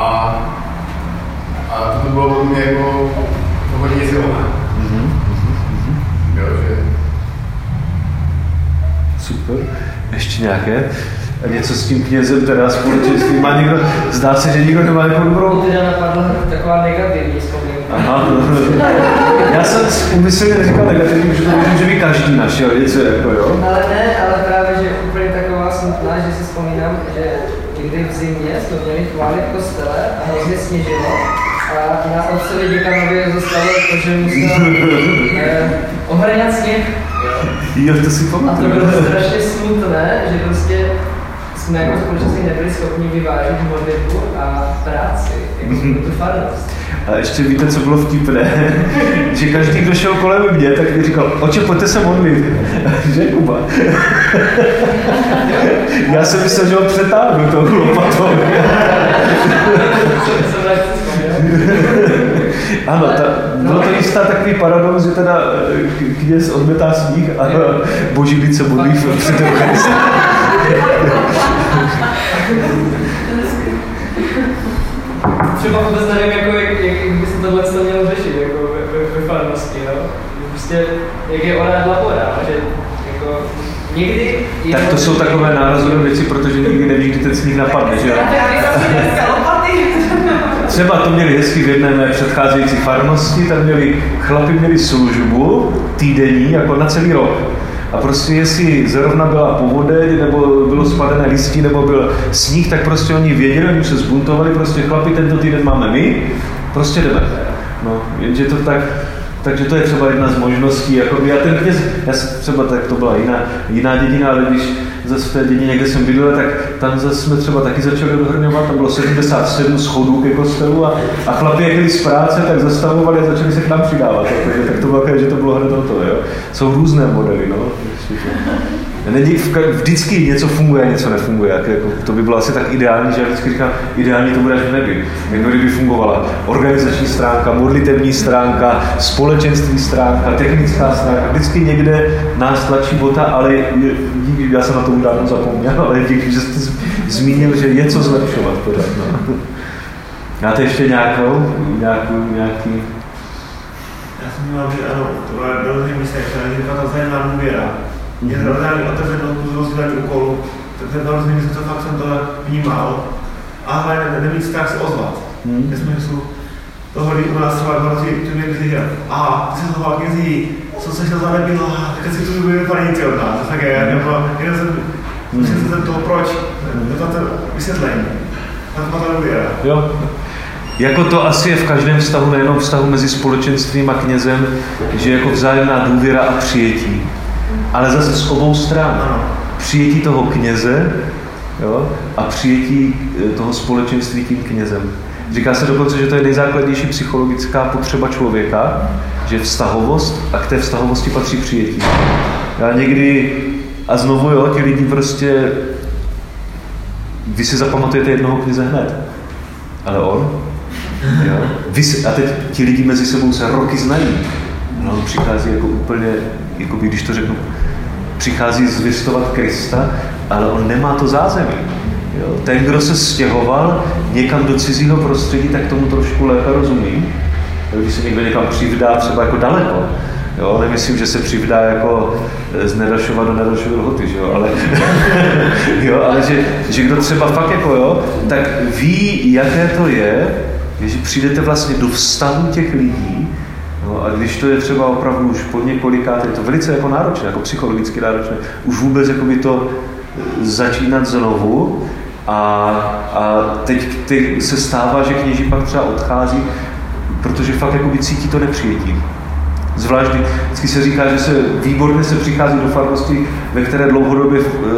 a to bylo pro mě jako hodně silné. Mm-hmm. Mm-hmm. Jo, že... Super. Ještě nějaké? A něco s tím knězem, teda společenství, má někdo, zdá se, že nikdo nemá jako dobrou... Mě teda napadla taková negativní vzpomínka. Aha, já jsem umyslně neříkal negativní, protože to může být každý našel něco, jako jo. Ale ne, ale právě, že úplně taková smutná, že si vzpomínám, že někdy v zimě jsme měli chválit v kostele a hrozně sněžilo. A na otcovi děkanovi zostalo to, že musel eh, ohraňat sněh. Jo, to si pamatuju. A to bylo strašně smutné, že prostě jsme jako společnosti nebyli schopni vyvážit modlitbu a práci, jako tu farnost. A ještě víte, co bylo vtipné? Že každý, kdo šel kolem mě, tak mi říkal, oče, pojďte se modlit. Že Kuba? Já jsem myslel, že ho přetáhnu tou lopatou. Ano, ta, bylo to jistá takový paradox, že teda kněz odmetá sníh a boží lid se modlí před Eucharistii. Třeba vůbec nevím, jako, jak, jak, jak by se tohle to mělo řešit jako ve, ve, ve farnosti, no? Prostě, jak je ona labora, že jako někdy... Tak to jsou takové nárazové věci, protože nikdy neví, kdy ten sníh napadne, že jo? Třeba to měli hezky v jedné mé předcházející farnosti, tam měli, chlapi měli službu týdenní, jako na celý rok. A prostě jestli zrovna byla povodeň, nebo bylo spadené listí, nebo byl sníh, tak prostě oni věděli, oni se zbuntovali, prostě chlapi, tento týden máme my, prostě jdeme. No, jenže to tak, takže to je třeba jedna z možností, jakoby, a ten kněz, já jsem třeba, tak to byla jiná, jiná dědina, ale když zase v té dědině, kde jsem bydlel, tak tam zase jsme třeba taky začali dohrňovat, tam bylo sedmdesát sedm schodů ke kostelu a, a chlapi, jak byli z práce, tak zastavovali a začali se k nám přidávat, takže, tak to bylo, že to bylo hned toto, jo. Jsou různé modely, no. Není, vždycky něco funguje a něco nefunguje. Jak, jako, to by bylo asi tak ideální, že já vždycky říkám, ideální to bude až v nebi. Jako kdyby fungovala organizační stránka, modlitevní stránka, společenství stránka, technická stránka. Vždycky někde nás tlačí bota, ale díky, já jsem na to už dávno zapomněl, ale díky, že jste zmínil, že je co zlepšovat pořád. No. Máte ještě nějakou, nějakou, nějaký... Já jsem měl, že ano, to byla velmi místě, která je ta vzájemná důvěra. je hrozný otevřenost, rozdělení úkolů, ten hrozný myslím, to fakt jsem to vnímal, ale ne, nemít strach se ozvat. Hmm. Ve smyslu toho, kdy u nás třeba hrozí, tu mě když říká, a ty jsi toho knězí, co se šel za nebyla, tak si tu bude panici od nás, tak je, nebo jenom jsem, musím se toho proč, to to vysvětlení, tak má to důvěra. Jo. Jako to asi je v každém vztahu, nejenom vztahu mezi společenstvím a knězem, že jako vzájemná důvěra a přijetí. Ale zase z obou stran. Přijetí toho kněze, jo, a přijetí toho společenství tím knězem. Říká se dokonce, že to je nejzákladnější psychologická potřeba člověka, že vztahovost a k té vztahovosti patří přijetí. Já někdy, a znovu jo, ti lidi prostě, vy si zapamatujete jednoho kněze hned, ale on, jo, vy si, a teď ti lidi mezi sebou se roky znají, no on přichází jako úplně, jako by, když to řeknu, přichází zvěstovat Krista, ale on nemá to zázemí. Jo. Ten, kdo se stěhoval někam do cizího prostředí, tak tomu trošku lépe rozumí. Když se někdo někam přivdá třeba jako daleko, jo, nemyslím, že se přivdá jako z Nedašova do Nedašovy Lhoty, že jo, ale, jo, ale že, že kdo třeba fakt jako jo, tak ví, jaké to je, že přijdete vlastně do vztahu těch lidí. No a když to je třeba opravdu už po několikát, je to velice jako náročné, jako psychologicky náročné, už vůbec jako by to začínat znovu a, a teď, teď se stává, že kněží pak třeba odchází, protože fakt jako by cítí to nepřijetí. Zvlášť vždycky se říká, že se výborně se přichází do farnosti, ve které dlouhodobě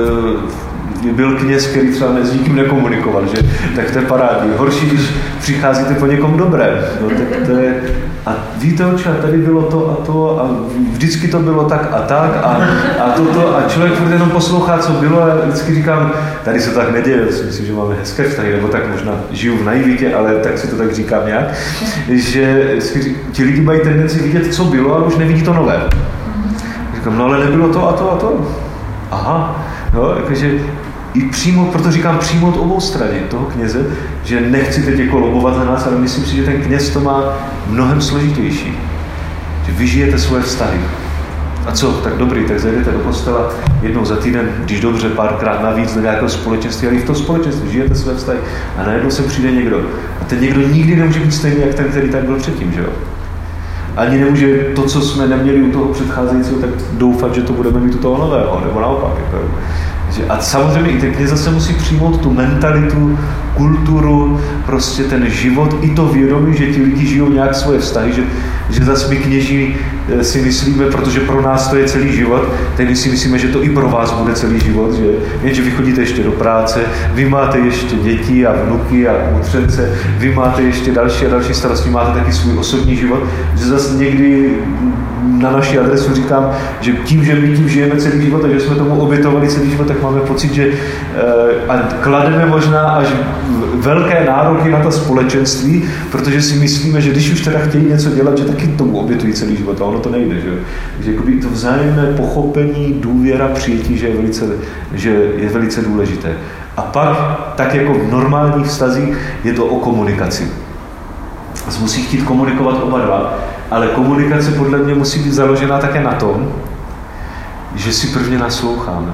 e, byl kněz, který třeba s nikým nekomunikoval, že? Tak to je parádní. Horší, když přicházíte po někom dobrém. No, tak to je, a víte, oče, tady bylo to a to a vždycky to bylo tak a tak a, a toto a člověk furt jenom poslouchá, co bylo a vždycky říkám, tady se tak neděje, myslím, že máme hezké vztahy, nebo tak možná žiju v naivitě, ale tak si to tak říkám nějak, že ti lidi mají tendenci vidět, co bylo, ale už nevidí to nové. Říkám, no ale nebylo to a to a to. Aha, no, jakože i přímo, proto říkám přímo od obou strany toho kněze, že nechci teď jako lobovat za nás, ale myslím si, že ten kněz to má mnohem složitější. Že vy žijete svoje vztahy. A co, tak dobrý, tak zajdete do kostela jednou za týden, když dobře, párkrát navíc do nějakého společenství, ale i v tom společenství žijete své vztahy. A najednou se přijde někdo. A ten někdo nikdy nemůže být stejný, jak ten, který tady byl předtím, že jo? Ani nemůže to, co jsme neměli u toho předcházejícího, tak doufat, že to budeme mít u toho nového, nebo naopak. Jako. A samozřejmě i ten kněz zase musí přijmout tu mentalitu, kulturu, prostě ten život, i to vědomí, že ti lidi žijou nějak svoje vztahy, že, že zase my kněží si myslíme, protože pro nás to je celý život, tak my si myslíme, že to i pro vás bude celý život, že jenže vy chodíte ještě do práce, vy máte ještě děti a vnuky a mutřence, vy máte ještě další a další starosti, máte taky svůj osobní život, že zase někdy na naši adresu říkám, že tím, že my tím žijeme celý život a že jsme tomu obětovali celý život, tak máme pocit, že uh, a klademe možná až velké nároky na to společenství, protože si myslíme, že když už teda chtějí něco dělat, že taky tomu obětují celý život a ono to nejde. Že? Takže jakoby to vzájemné pochopení, důvěra, přijetí, že je velice, že je velice důležité. A pak, tak jako v normálních vztazích, je to o komunikaci. Musí chtít komunikovat oba dva, ale komunikace podle mě musí být založená také na tom, že si prvně nasloucháme.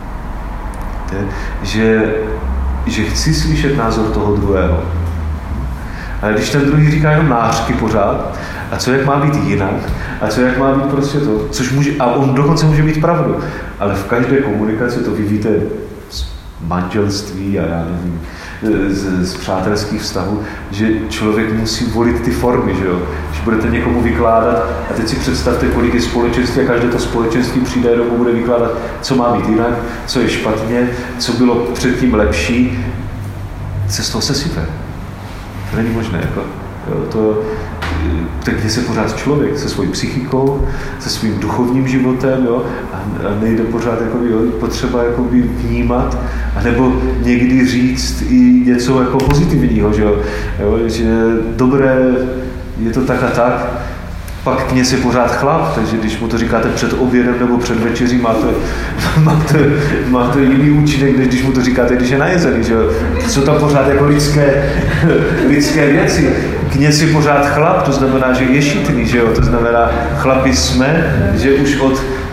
Že, že chci slyšet názor toho druhého. Ale když ten druhý říká jenom nářky pořád, a co jak má být jinak, a co jak má být prostě to, což může, a on dokonce může mít pravdu, ale v každé komunikaci, to vy víte z manželství a já nevím, z, z přátelských vztahů, že člověk musí volit ty formy, že jo. Když budete někomu vykládat, a teď si představte, kolik je společenství a každé to společenství přijde a bude vykládat, co má být jinak, co je špatně, co bylo předtím lepší, se z toho sesype. To není možné, jako, jo, to, tak je se pořád člověk se svojí psychikou, se svým duchovním životem, jo, a, a nejde pořád jakoby, jo, potřeba jakoby vnímat, anebo někdy říct i něco jako pozitivního, že, jo, že dobré, je to tak a tak, pak kněz je pořád chlap, takže když mu to říkáte před obědem nebo před večeří, máte, máte, máte jiný účinek, než když mu to říkáte, když je najezený, že jo. Jsou tam pořád jako lidské, lidské věci. Kněz je pořád chlap, to znamená, že je šitný, že jo, to znamená, chlapi jsme, že už od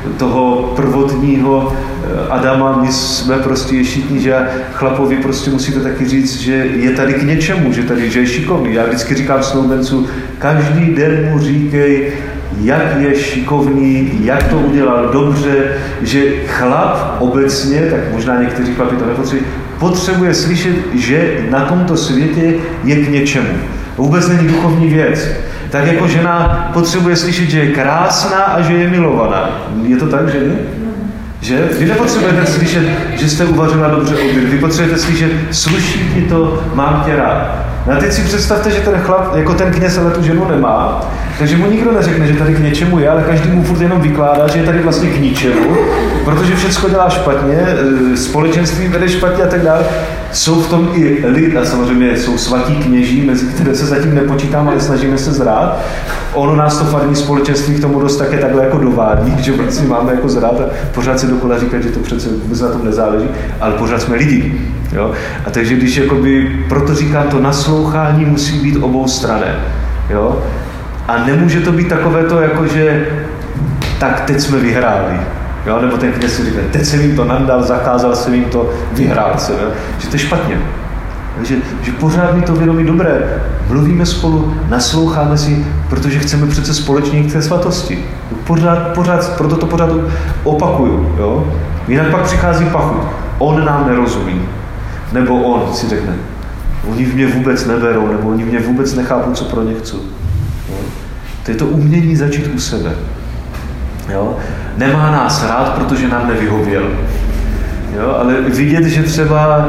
toho prvotního Adama, my jsme prostě ješitní, že chlapovi prostě musíte taky říct, že je tady k něčemu, že tady že je šikovný. Já vždycky říkám snoubenců, každý den mu říkej, jak je šikovný, jak to udělal dobře, že chlap obecně, tak možná někteří chlapi to nepotřebují, potřebuje slyšet, že na tomto světě je k něčemu. Vůbec není duchovní věc. Tak jako žena potřebuje slyšet, že je krásná a že je milovaná. Je to tak, že ne? Že? Vy nepotřebujete slyšet, že jste uvařila dobře oběd. Vy potřebujete slyšet, sluší ti to, mám tě rád. No a teď si představte, že ten chlap, jako ten kněz, ale tu ženu nemá, takže mu nikdo neřekne, že tady k něčemu je, ale každý mu furt jenom vykládá, že je tady vlastně k ničemu, protože všechno dělá špatně, společenství vede špatně a tak dále. Jsou v tom i lid, a samozřejmě jsou svatí kněží, mezi které se zatím nepočítám, ale snažíme se zrát. Ono nás to farní společenství k tomu dost také takhle jako dovádí, že vlastně máme jako zrát a pořád se dokola říkat, že to přece vůbec na tom nezáleží, ale pořád jsme lidi. Jo? A takže když jakoby, proto říkám, to naslouchání musí být oboustranné. Jo? A nemůže to být takové to, jako že tak teď jsme vyhráli. Jo? Nebo ten kněz si říká, teď jsem jim to nandal, zakázal jsem jim to, vyhrál jsem. Jo? Že to je špatně. Takže že pořád mi to vědomí dobré. Mluvíme spolu, nasloucháme si, protože chceme přece společně k té svatosti. Pořád, pořád, proto to pořád opakuju. Jo? Jinak pak přichází pachut. On nám nerozumí. Nebo on si řekne, oni v mě vůbec neberou, nebo oni v mě vůbec nechápou, co pro ně chci. Jo? To je to umění začít u sebe. Jo? Nemá nás rád, protože nám nevyhověl. Jo? Ale vidět, že třeba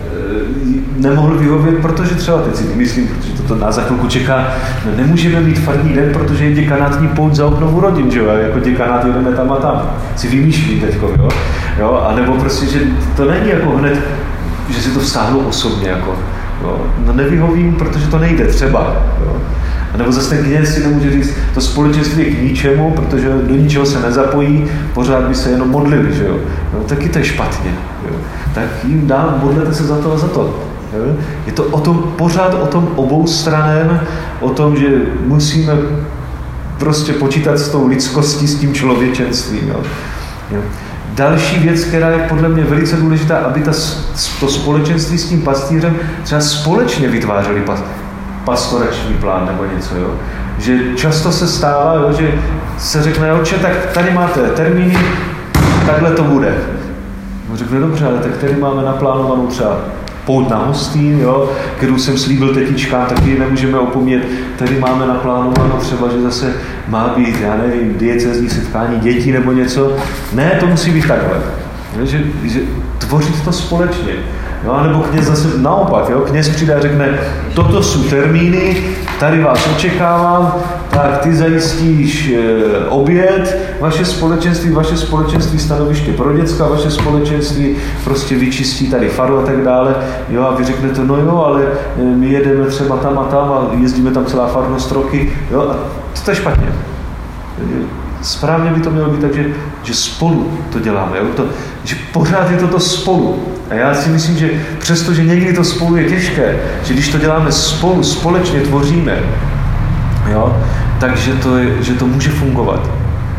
nemohl vyhovět, protože třeba, teď si myslím, protože toto nás za chvilku čeká, no nemůžeme mít farní den, protože je děkanátní pouť za obnovu rodin, že jo, jako děkanát jedeme tam a tam, si vymýšlí teďko, jo, jo, a nebo prostě, že to není jako hned, že si to vztáhlo osobně, jako, jo, no nevyhovím, protože to nejde třeba, jo. A nebo zase ten kněz si nemůže říct, to společenství je k ničemu, protože do ničeho se nezapojí, pořád by se jenom modlili, že jo. No, taky to je špatně, jo. Tak jim dám, modlete se za to a za to. Jo. Je to o tom, pořád o tom oboustraném, o tom, že musíme prostě počítat s tou lidskostí, s tím člověčenstvím. Jo. Jo. Další věc, která je podle mě velice důležitá, aby ta, to společenství s tím pastýřem třeba společně vytvářeli pas, pastorační plán nebo něco. Jo. Že často se stává, jo, že se řekne, oče, tak tady máte termíny, takhle to bude. Řekne, dobře, ale tak tady máme naplánovanou třeba pout na Hostín, jo, kterou jsem slíbil tetičkám, taky nemůžeme opomíjet. Tady máme naplánováno třeba, že zase má být, já nevím, diecézní setkání dětí nebo něco. Ne, to musí být takhle. Že, že tvořit to společně. Jo, a nebo kněz zase naopak, jo, kněz přijde a řekne, toto jsou termíny, tady vás očekávám, tak ty zajistíš e, oběd, vaše společenství, vaše společenství stanoviště pro děcka, vaše společenství prostě vyčistí tady faru a tak dále, jo, a vy řeknete, no jo, ale e, my jedeme třeba tam a tam a jezdíme tam celá farnost roky, jo, a to je špatně. Správně by to mělo být tak, že, že spolu to děláme, jo? To, že pořád je to to spolu. A já si myslím, že přesto, že někdy to spolu je těžké, že když to děláme spolu, společně tvoříme, jo? Takže to, je, že to může fungovat.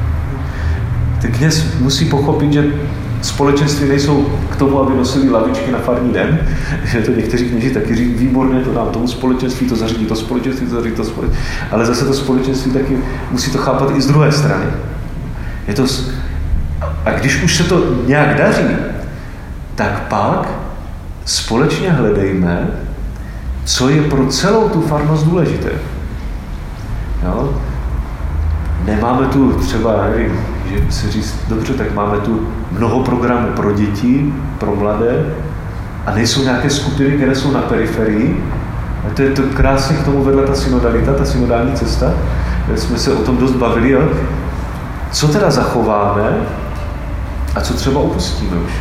Ten kněz musí pochopit, že společenství nejsou k tomu, aby nosili lavičky na farní den, že to někteří kněži taky říkají, výborně, to dám tomu společenství, to zařídí to společenství, to zařídí to společenství, ale zase to společenství taky musí to chápat i z druhé strany. Je to, a když už se to nějak daří, tak pak společně hledejme, co je pro celou tu farnost důležité. Jo? Nemáme tu třeba, nevím, že se říct, dobře, tak máme tu mnoho programů pro děti, pro mladé a nejsou nějaké skupiny, které jsou na periferii. A to je to krásně k tomu vedla ta synodalita, ta synodální cesta. Jsme se o tom dost bavili. Jo? Co teda zachováme a co třeba opustíme už?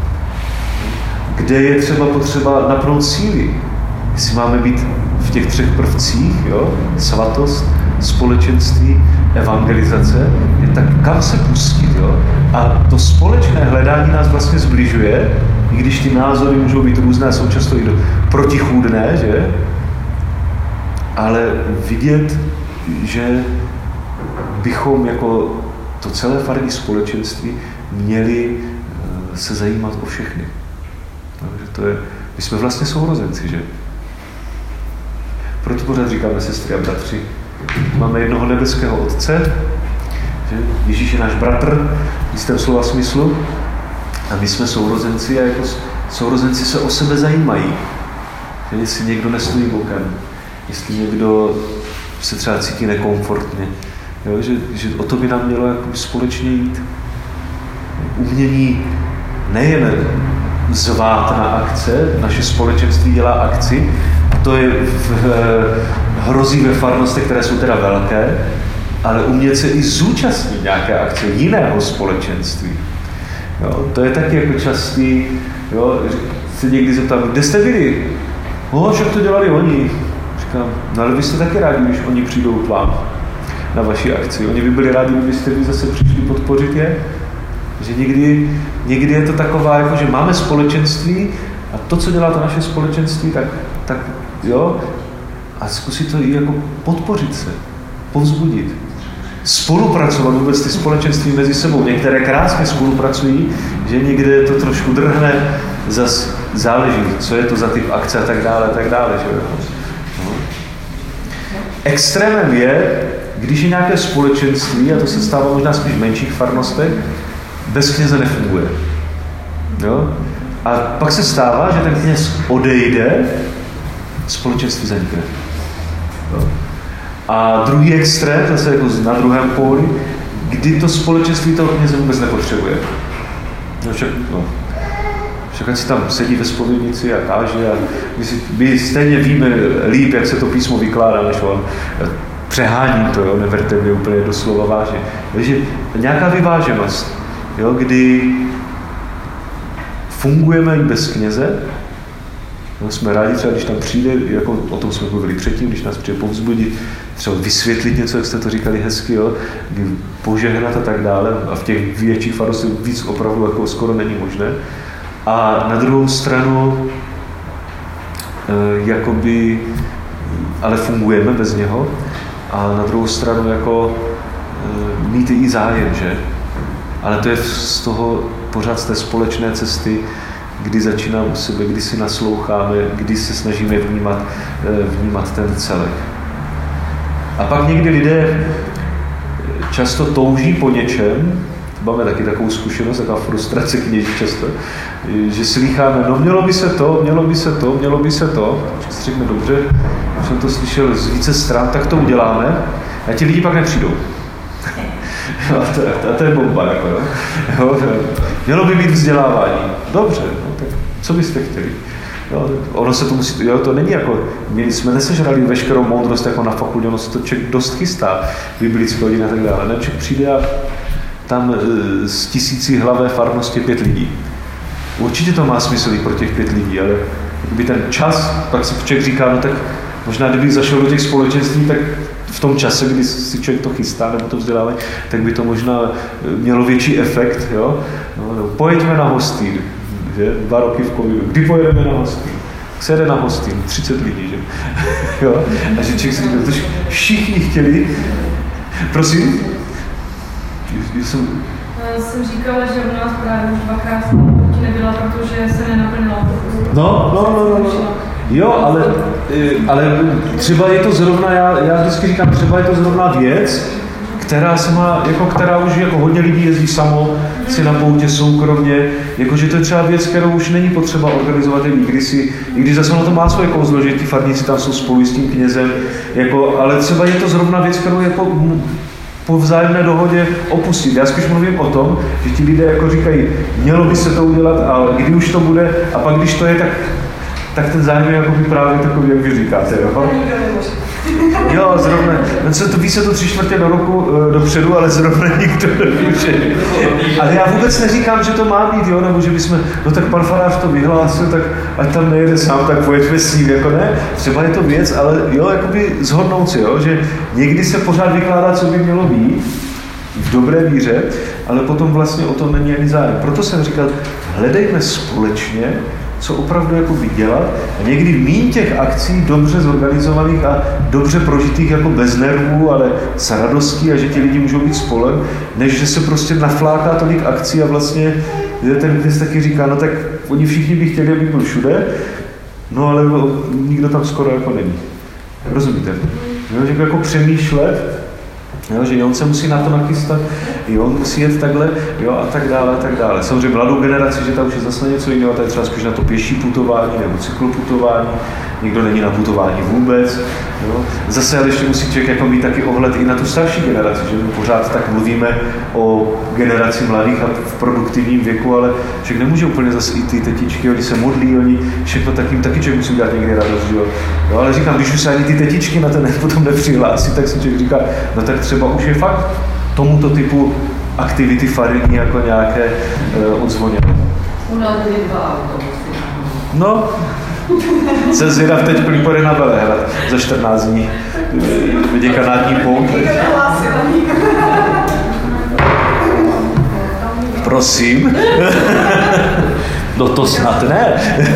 Kde je třeba potřeba napnout síly? Jestli máme být v těch třech prvcích, jo? Svatost, společenství, evangelizace, je tak kam se pustit, jo? A to společné hledání nás vlastně zbližuje, i když ty názory můžou být různé, jsou často i protichůdné, že? Ale vidět, že bychom jako to celé farní společenství měli se zajímat o všechny. Takže to je, my jsme vlastně sourozenci, že? Proto pořád říkáme sestry a bratři. Máme jednoho nebeského Otce, že? Ježíš je náš bratr, v jistém slova smyslu, a my jsme sourozenci a jako sourozenci se o sebe zajímají. Že jestli někdo nestojí bokem, jestli někdo se třeba cítí nekomfortně, jo? Že, že o to by nám mělo jakoby společně jít. Umění nejen zvát na akce, naše společenství dělá akci, a to je v, hrozí ve farnostech, které jsou teda velké, ale umět se i zúčastnit nějaké akce jiného společenství. Jo, to je taky jako častý, jo, se někdy zeptám, kde jste byli? No, však to dělali oni. Říkám, no ale vy jste taky rádi, když oni přijdou k vám na vaši akci. Oni by byli rádi, kdybyste vy zase přišli podpořit je. Že někdy, někdy je to taková, jako, že máme společenství a to, co dělá to naše společenství, tak, tak jo, a zkusit to i jako podpořit se, povzbudit. Spolupracovat vůbec ty společenství mezi sebou. Některé krásně spolupracují, že někde to trošku drhne, zas záleží, co je to za typ akce a tak dále, tak dále. Že jo? No. Extrémem je, když je nějaké společenství, a to se stává možná spíš v menších farnostech, bez kněze nefunguje. Jo? A pak se stává, že ten kněz odejde, společenství zanikne. Jo? A druhý extrém, zase jako na druhém póli, kdy to společenství toho kněze vůbec nepotřebuje. No, však, no. Však ať si tam sedí ve zpovědnici a káže a my, si, my stejně víme líp, jak se to písmo vykládá, než on. Přeháním to, jo, neberte mě úplně doslova vážně. Takže nějaká vyváženost, jo, kdy fungujeme i bez kněze. No, jsme rádi třeba, když tam přijde, jako o tom jsme mluvili předtím, když nás přijde povzbudit, třeba vysvětlit něco, jak jste to říkali hezky, jo, požehnat a tak dále. A v těch větších farnostech víc opravdu jako skoro není možné. A na druhou stranu, e, jakoby, ale fungujeme bez něho. A na druhou stranu, jako e, mít i zájem, že? Ale to je z toho pořád z té společné cesty, kdy začínáme u sebe, kdy si nasloucháme, kdy se snažíme vnímat, vnímat ten celek. A pak někdy lidé často touží po něčem, máme taky takovou zkušenost, taková frustrace kněží často, že slýcháme, no mělo by se to, mělo by se to, mělo by se to, si řekne dobře, už jsem to slyšel z více stran, tak to uděláme a ti lidi pak nepřijdou. A to, a to je bomba, jako, jo. Jo, mělo by být vzdělávání. Dobře, no, tak co byste chtěli? Jo, ono se to musí, jo, to není jako, my jsme nesežrali veškerou moudrost jako na fakultě, ono se to člověk dost chystá, biblické hodiny a tak dále. Ne, člověk přijde a tam z tisící hlavé farnosti pět lidí. Určitě to má smysl i pro těch pět lidí, ale kdyby ten čas, pak si člověk říká, no tak možná kdybych zašel do těch společenství, tak v tom čase, kdy si člověk to chystá nebo to vzdělávání, tak by to možná mělo větší efekt. Jo? No, no, pojeďme na Hostín, že? Dva roky v covidu. Kdy pojedeme na Hostín? Se jede na Hostín, třicet lidí, že? Jo? A že člověk si říká, protože všichni chtěli. Prosím? Jsem... Já jsem říkala, že u nás právě už dvakrát pouť nebyla, protože se nenaplnila. No, no, no, no, no. Jo, ale, ale třeba je to zrovna, já, já vždycky říkám, třeba je to zrovna věc, která se má, jako která už jako hodně lidí jezdí samo, si na poutě soukromně, jakože to je třeba věc, kterou už není potřeba organizovat i kdysi, i když zase na to má svoje kouzlo, že ti farníci tam jsou spolu s tím knězem, jako, ale třeba je to zrovna věc, kterou je po, po vzájemné dohodě opustit. Já spíš mluvím o tom, že ti lidé jako říkají, mělo by se to udělat, a kdy už to bude, a pak když to je, tak tak ten zájem je jako právě takový, jak vy říkáte, jo? Jo, zrovna, no co to ví se to tři čtvrtě do roku e, dopředu, ale zrovna nikdo neví. Ale já vůbec neříkám, že to má být, jo, nebo že bychom, no tak pan farář to vyhlásil, tak ať tam nejede sám, tak pojeďme s ním, jako ne, třeba je to věc, ale jo, jakoby zhodnout si, jo, že někdy se pořád vykládá, co by mělo být, v dobré víře, ale potom vlastně o tom není ani zájem. Proto jsem říkal, hledejme společně co opravdu jako dělat. A někdy míň těch akcí dobře zorganizovaných a dobře prožitých jako bez nervů, ale s radostí a že ti lidi můžou být spolem, než že se prostě nafláká tolik akcí a vlastně ten kněz taky říká, no tak oni všichni by chtěli, aby byl všude, no ale nikdo tam skoro jako není. Rozumíte? Jo, že jako přemýšlet, jo, že on se musí na to nachystat, jo, on musí jet takhle, jo, a tak dále, a tak dále. Samozřejmě mladou generaci, že ta už je zase něco jiného, ta je třeba spíš na to pěší putování nebo cykloputování, někdo není na putování vůbec, jo. Zase ale ještě musí člověk jako mít taky ohled i na tu starší generaci, že my pořád tak mluvíme o generaci mladých a v produktivním věku, ale člověk nemůže úplně zase i ty tetičky, oni se modlí, oni všechno takým, taky člověk musí udělat někdy radost, jo. Jo, ale říkám, když už se ani ty tetičky na ten potom nepřihlásí, tak si člověk říká, no tak třeba už je fakt tomuto typu aktivity farinní jako nějaké uh, odzvoněné. U nás byly dva autobusy. No, se zvědav teď kolik půjde na Belehrad za čtrnáct dní. Děkanátní pouť. Prosím. No to snad ne.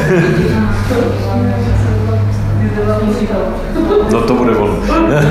No to bude ono.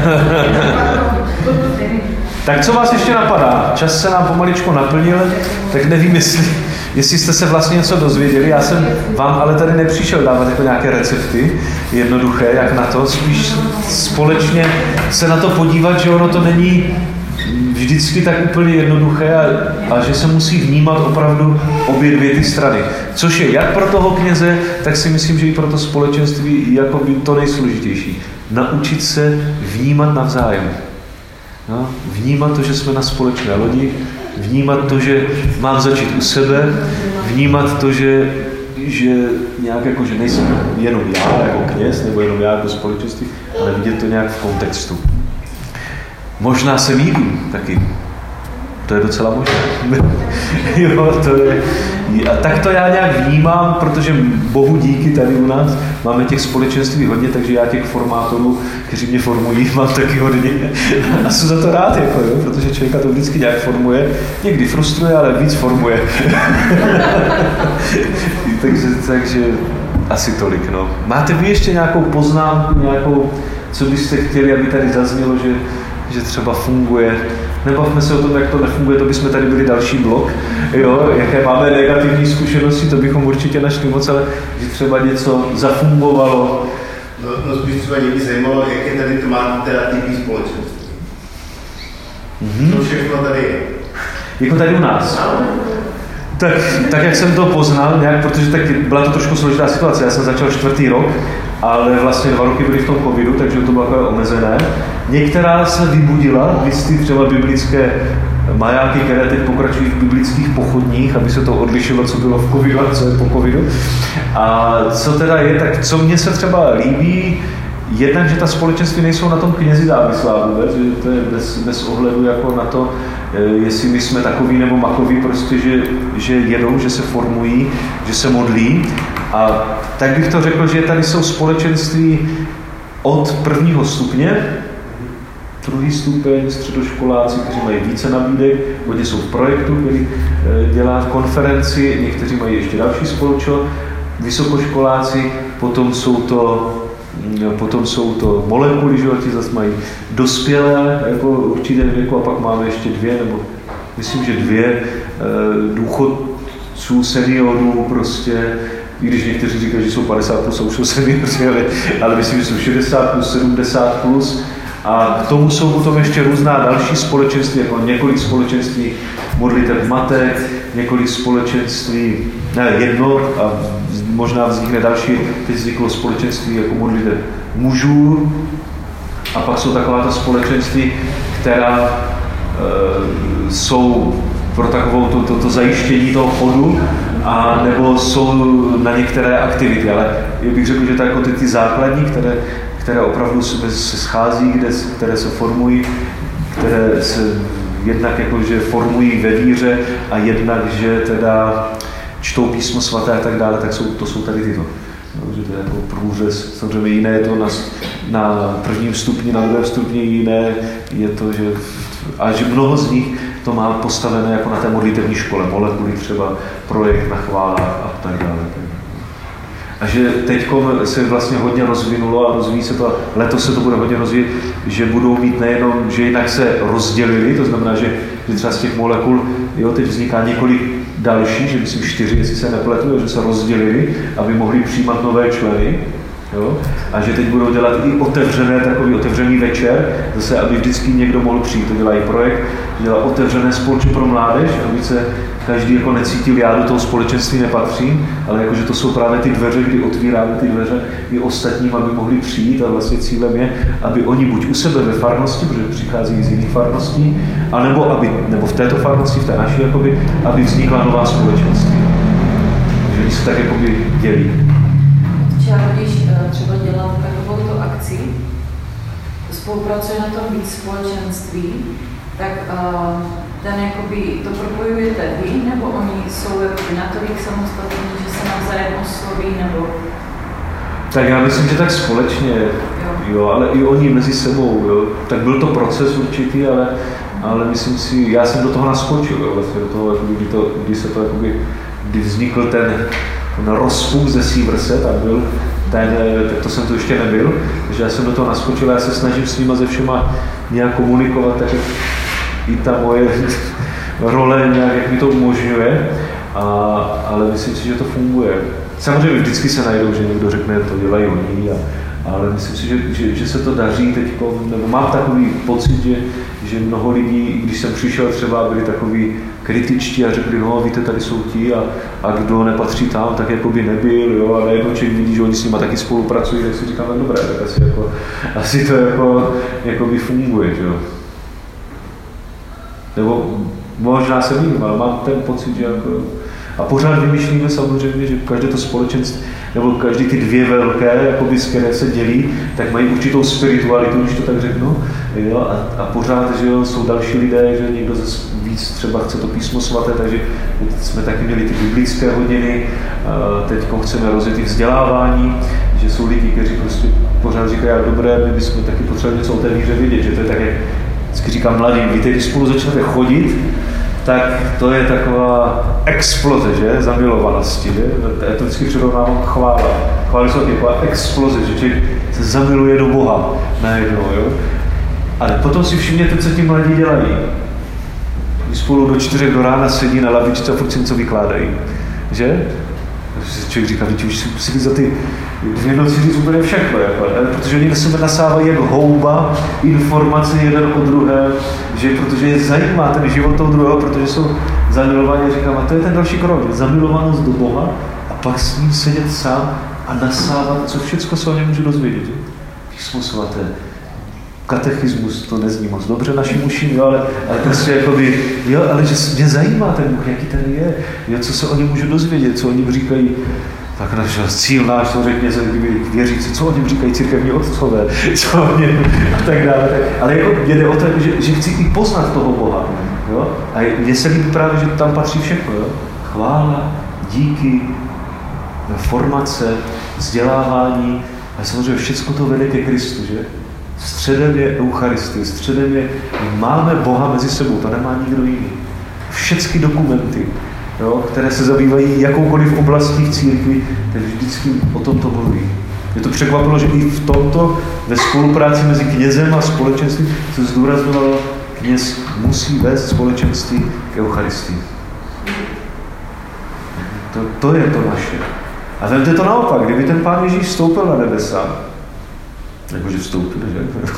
Tak co vás ještě napadá? Čas se nám pomaličku naplnil, tak nevím, jestli, jestli jste se vlastně něco dozvěděli. Já jsem vám ale tady nepřišel dávat jako nějaké recepty jednoduché, jak na to. Spíš společně se na to podívat, že ono to není vždycky tak úplně jednoduché a, a že se musí vnímat opravdu obě dvě ty strany. Což je jak pro toho kněze, tak si myslím, že i pro to společenství jako by to nejsložitější. Naučit se vnímat navzájem. No, vnímat to, že jsme na společné lodi, vnímat to, že mám začít u sebe, vnímat to, že, že nějak jako, že nejsem jenom já jako kněz, nebo jenom já jako společenství, ale vidět to nějak v kontextu. Možná se mýlím taky. To je docela možné. Jo, to je. A tak to já nějak vnímám, protože bohu díky tady u nás máme těch společenství hodně, takže já těch formátorů, kteří mě formují, mám taky hodně. A jsem za to rád, jako, jo, protože člověka to vždycky nějak formuje. Někdy frustruje, ale víc formuje. takže, takže asi tolik. No. Máte vy ještě nějakou poznámku, nějakou, co byste chtěli, aby tady zaznělo, že, že třeba funguje? Nebavme se o tom, jak to nefunguje, to bychom tady byli další blok, jo, jaké máme negativní zkušenosti, to bychom určitě našli moc, ale že třeba něco zafungovalo. No, no spíš třeba někdy zajímalo, jaké tady to má teda typy společenství. Mm-hmm. To všechno tady je. Jako tady u nás. Tak, tak jak jsem to poznal, nějak, protože tak byla to trošku složitá situace, já jsem začal čtvrtý rok, ale vlastně dva roky byly v tom covidu, takže to bylo takové omezené. Některá se vybudila, vy třeba biblické majáky, které teď pokračují v biblických pochodních, aby se to odlišilo, co bylo v covidu a co je po covidu. A co teda je, tak co mně se třeba líbí, jednak, že ta společenství nejsou na tom knězi závislá vůbec, že to je bez, bez ohledu jako na to, jestli my jsme takový nebo makový, prostě, že, že jedou, že se formují, že se modlí. A tak bych to řekl, že tady jsou společenství od prvního stupně, druhý stupeň, středoškoláci, kteří mají více nabídek, hodně jsou v projektu, který dělá v konferenci, někteří mají ještě další spolčo, vysokoškoláci, potom jsou to Potom jsou to molekuly, že ti zase mají dospělé, jako určité věku, a pak máme ještě dvě, nebo myslím, že dvě e, důchodců, seniorů, prostě, i když někteří říkají, že jsou padesát plus a už jsou seniori, ale, ale myslím, že jsou šedesát plus, sedmdesát plus. A k tomu jsou potom ještě různá další společenství, jako několik společenství modlitev matek, několik společenství, ne jedno, a možná vznikne další, teď vzniklo společenství jako modlitev mužů, a pak jsou takováto společenství, která e, jsou pro takovou to, to, to zajištění toho chodu, a nebo jsou na některé aktivity, ale já bych řekl, že to jako ty, ty základní, které které opravdu se, se schází, kde, které se formují, které se jednak jakože formují ve víře a jednak, že teda čtou písmo svaté a tak dále, tak jsou, to jsou tady tyto. No, že to je jako průřez. Samozřejmě jiné je to na, na prvním stupni, na druhém stupni, jiné je to, že a že mnoho z nich to má postavené jako na té modlitevní škole, molekuly třeba, projekt na chválách a tak dále. A že teď se vlastně hodně rozvinulo a rozvíjí se to, letos se to bude hodně rozvíjet, že budou mít nejenom, že jinak se rozdělili, to znamená, že, že třeba z těch molekul, jo, teď vzniká několik další, že myslím čtyři, jestli se nepletu, že se rozdělili, aby mohli přijímat nové členy. Jo? A že teď budou dělat i otevřené, takový otevřený večer, zase, aby vždycky někdo mohl přijít. To dělá i projekt, dělá otevřené společně pro mládež, aby se každý jako necítil, já do toho společenství nepatřím, ale jakože to jsou právě ty dveře, kdy otvíráme ty dveře i ostatním, aby mohli přijít a vlastně cílem je, aby oni buď u sebe ve farnosti, protože přichází z jiných farností, anebo aby, nebo v této farnosti, v té naší, jakoby, aby vznikla nová společenství. Takže oni se tak jakoby dělí. Já když třeba dělám takovouto akci, spolupracuje na tom víc společenství, tak uh, ten jakoby to propojujete vy, nebo oni jsou jakoby natolik samostatní, že se navzájem osloví, nebo... Tak já myslím, že tak společně, jo, jo ale i oni mezi sebou, jo. Tak byl to proces určitý, ale, ale myslím si, já jsem do toho naskočil, jo, vlastně do toho, kdy, to, kdy se to jakoby, kdy vznikl ten ten rozpuk ze Sieverse, tak byl ten, tak to jsem tu ještě nebyl, takže já jsem do toho naskočil a já se snažím s nima ze všema nějak komunikovat, takže i ta moje role nějak, jak mi to umožňuje, a, ale myslím si, že to funguje. Samozřejmě vždycky se najdou, že někdo řekne, to dělají oni, a, ale myslím si, že, že, že se to daří teď, nebo mám takový pocit, že, že mnoho lidí, když jsem přišel třeba, byli takový kritičtí a řekli, no víte, tady jsou ti a, a kdo nepatří tam, tak jako by nebyl, jo, a najednou člověk vidí, že oni s nima taky spolupracují, tak si říkám, no dobré, tak asi, jako, asi to jako, jako by funguje, že jo. Nebo možná se mýlím, ale mám ten pocit, že jako, a pořád vymýšlíme samozřejmě, že každé to společenství, nebo každý ty dvě velké, jakoby, z které se dělí, tak mají určitou spiritualitu, když to tak řeknu. Jo? A, a pořád, že jo, jsou další lidé, že někdo zase víc třeba chce to písmo svaté, takže jsme taky měli ty biblické hodiny, teď chceme rozjet i vzdělávání, že jsou lidi, kteří prostě pořád říkají, jak dobré, my bychom taky potřebovali něco o té víře vědět, že to je tak, jak vždycky říkám mladým, víte, když spolu začnete chodit, tak to je taková exploze, že, zamilovanosti, že? Já to vždycky přirovnávám k chvále. Chvály jsou taková exploze, že člověk se zamiluje do Boha najednou, jo. Ale potom si všimněte, co ti mladí dělají. Když spolu do čtyřek do rána sedí na lavičce a furt si něco vykládají, že? Člověk říká, že už si za ty dvě noci říct úplně všechno, jako, protože oni na sebe nasávají jak houba informace jeden o druhém, že protože je zajímá ten život toho druhého, protože jsou zamilovaní, říkám, a to je ten další krok, zamilovanost do Boha a pak s ním sedět sám a nasávat, co všechno se o něm může dozvědět. Že? Písmo svaté, katechismus, to nezní moc dobře našim uším, jo, ale, ale prostě jakoby, jo, ale že mě zajímá ten Bůh, jaký ten je, jo, co se o něm můžu dozvědět, co o něm říkají, tak náš cíl náš, to řekně, věřící, co o něm říkají církevní otcové, co o něm a tak dále. Tak, ale jako jde o to, že, že chci i poznat toho Boha, jo, a mně se líbí právě, že tam patří všechno, jo, chvála, díky, formace, vzdělávání, a samozřejmě všechno to vede ke Kristu, že? Středem je Eucharistie, středem je, máme Boha mezi sebou, to nemá nikdo jiný. Všechny dokumenty, jo, které se zabývají jakoukoliv oblastí v církvi, tak vždycky o tom to mluví. Mě to překvapilo, že i v tomto, ve spolupráci mezi knězem a společenstvím, se zdůrazňovalo, kněz musí vést společenství k Eucharistii. To, to je to naše. A vemte to naopak, kdyby ten Pán Ježíš vstoupil na nebesa, jakože vstoupil, že?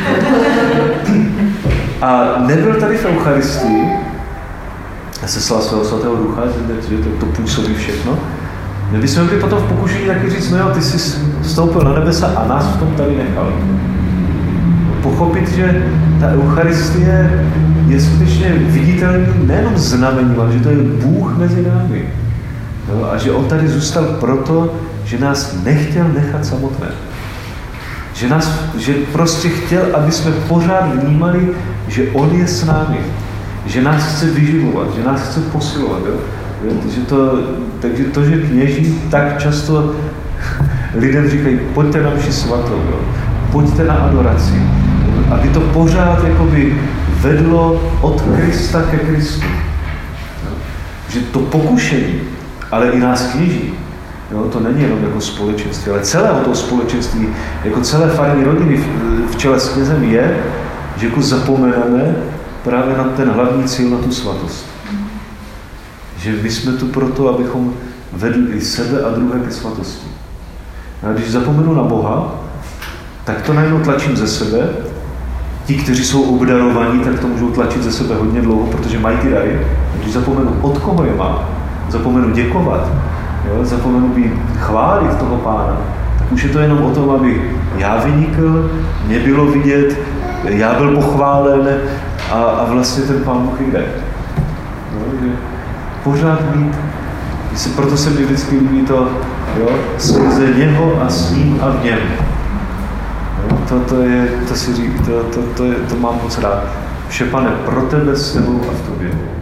A nebyl tady v Eucharistii, a seslal svého svatého ducha, že to, to působí všechno, my bychom byli potom v pokušení taky říct, no jo, ty jsi vstoupil na nebesa a nás v tom tady nechal. Pochopit, že ta Eucharistie je skutečně viditelný nejenom znamením, ale že to je Bůh mezi námi. Jo, a že on tady zůstal proto, že nás nechtěl nechat samotné. Že, nás, že prostě chtěl, aby jsme pořád vnímali, že on je s námi. Že nás chce vyživovat, že nás chce posilovat. Jo? Že to, takže to, že kněží tak často lidem říkají, pojďte na mši svatou, jo? Pojďte na adoraci. Aby to pořád jakoby vedlo od Krista ke Kristu. Jo? Že to pokušení, ale i nás kněží, Jo, to není jenom jako společenství, ale celého toho společenství, jako celé farní rodiny v, v čele s knězem je, že jako zapomeneme právě na ten hlavní cíl, na tu svatost. Že my jsme tu proto, abychom vedli i sebe a druhé ke svatosti. A když zapomenu na Boha, tak to najednou tlačím ze sebe. Ti, kteří jsou obdarovaní, tak to můžou tlačit ze sebe hodně dlouho, protože mají ty dary. A když zapomenu, od koho je mám, zapomenu děkovat, jo, zapomenu být chválit toho Pána, tak už je to jenom o tom, aby já vynikl, mě bylo vidět, já byl pochválen a, a vlastně ten Pán Bůh jde. No, že pořád mít, proto se mi vždycky líbí to, jo, skrze něho a s ním a v něm. Jo, to, to, je, to, si řík, to, to, to, je, to mám moc rád. Vše, Pane, pro tebe, s tebou a v tobě.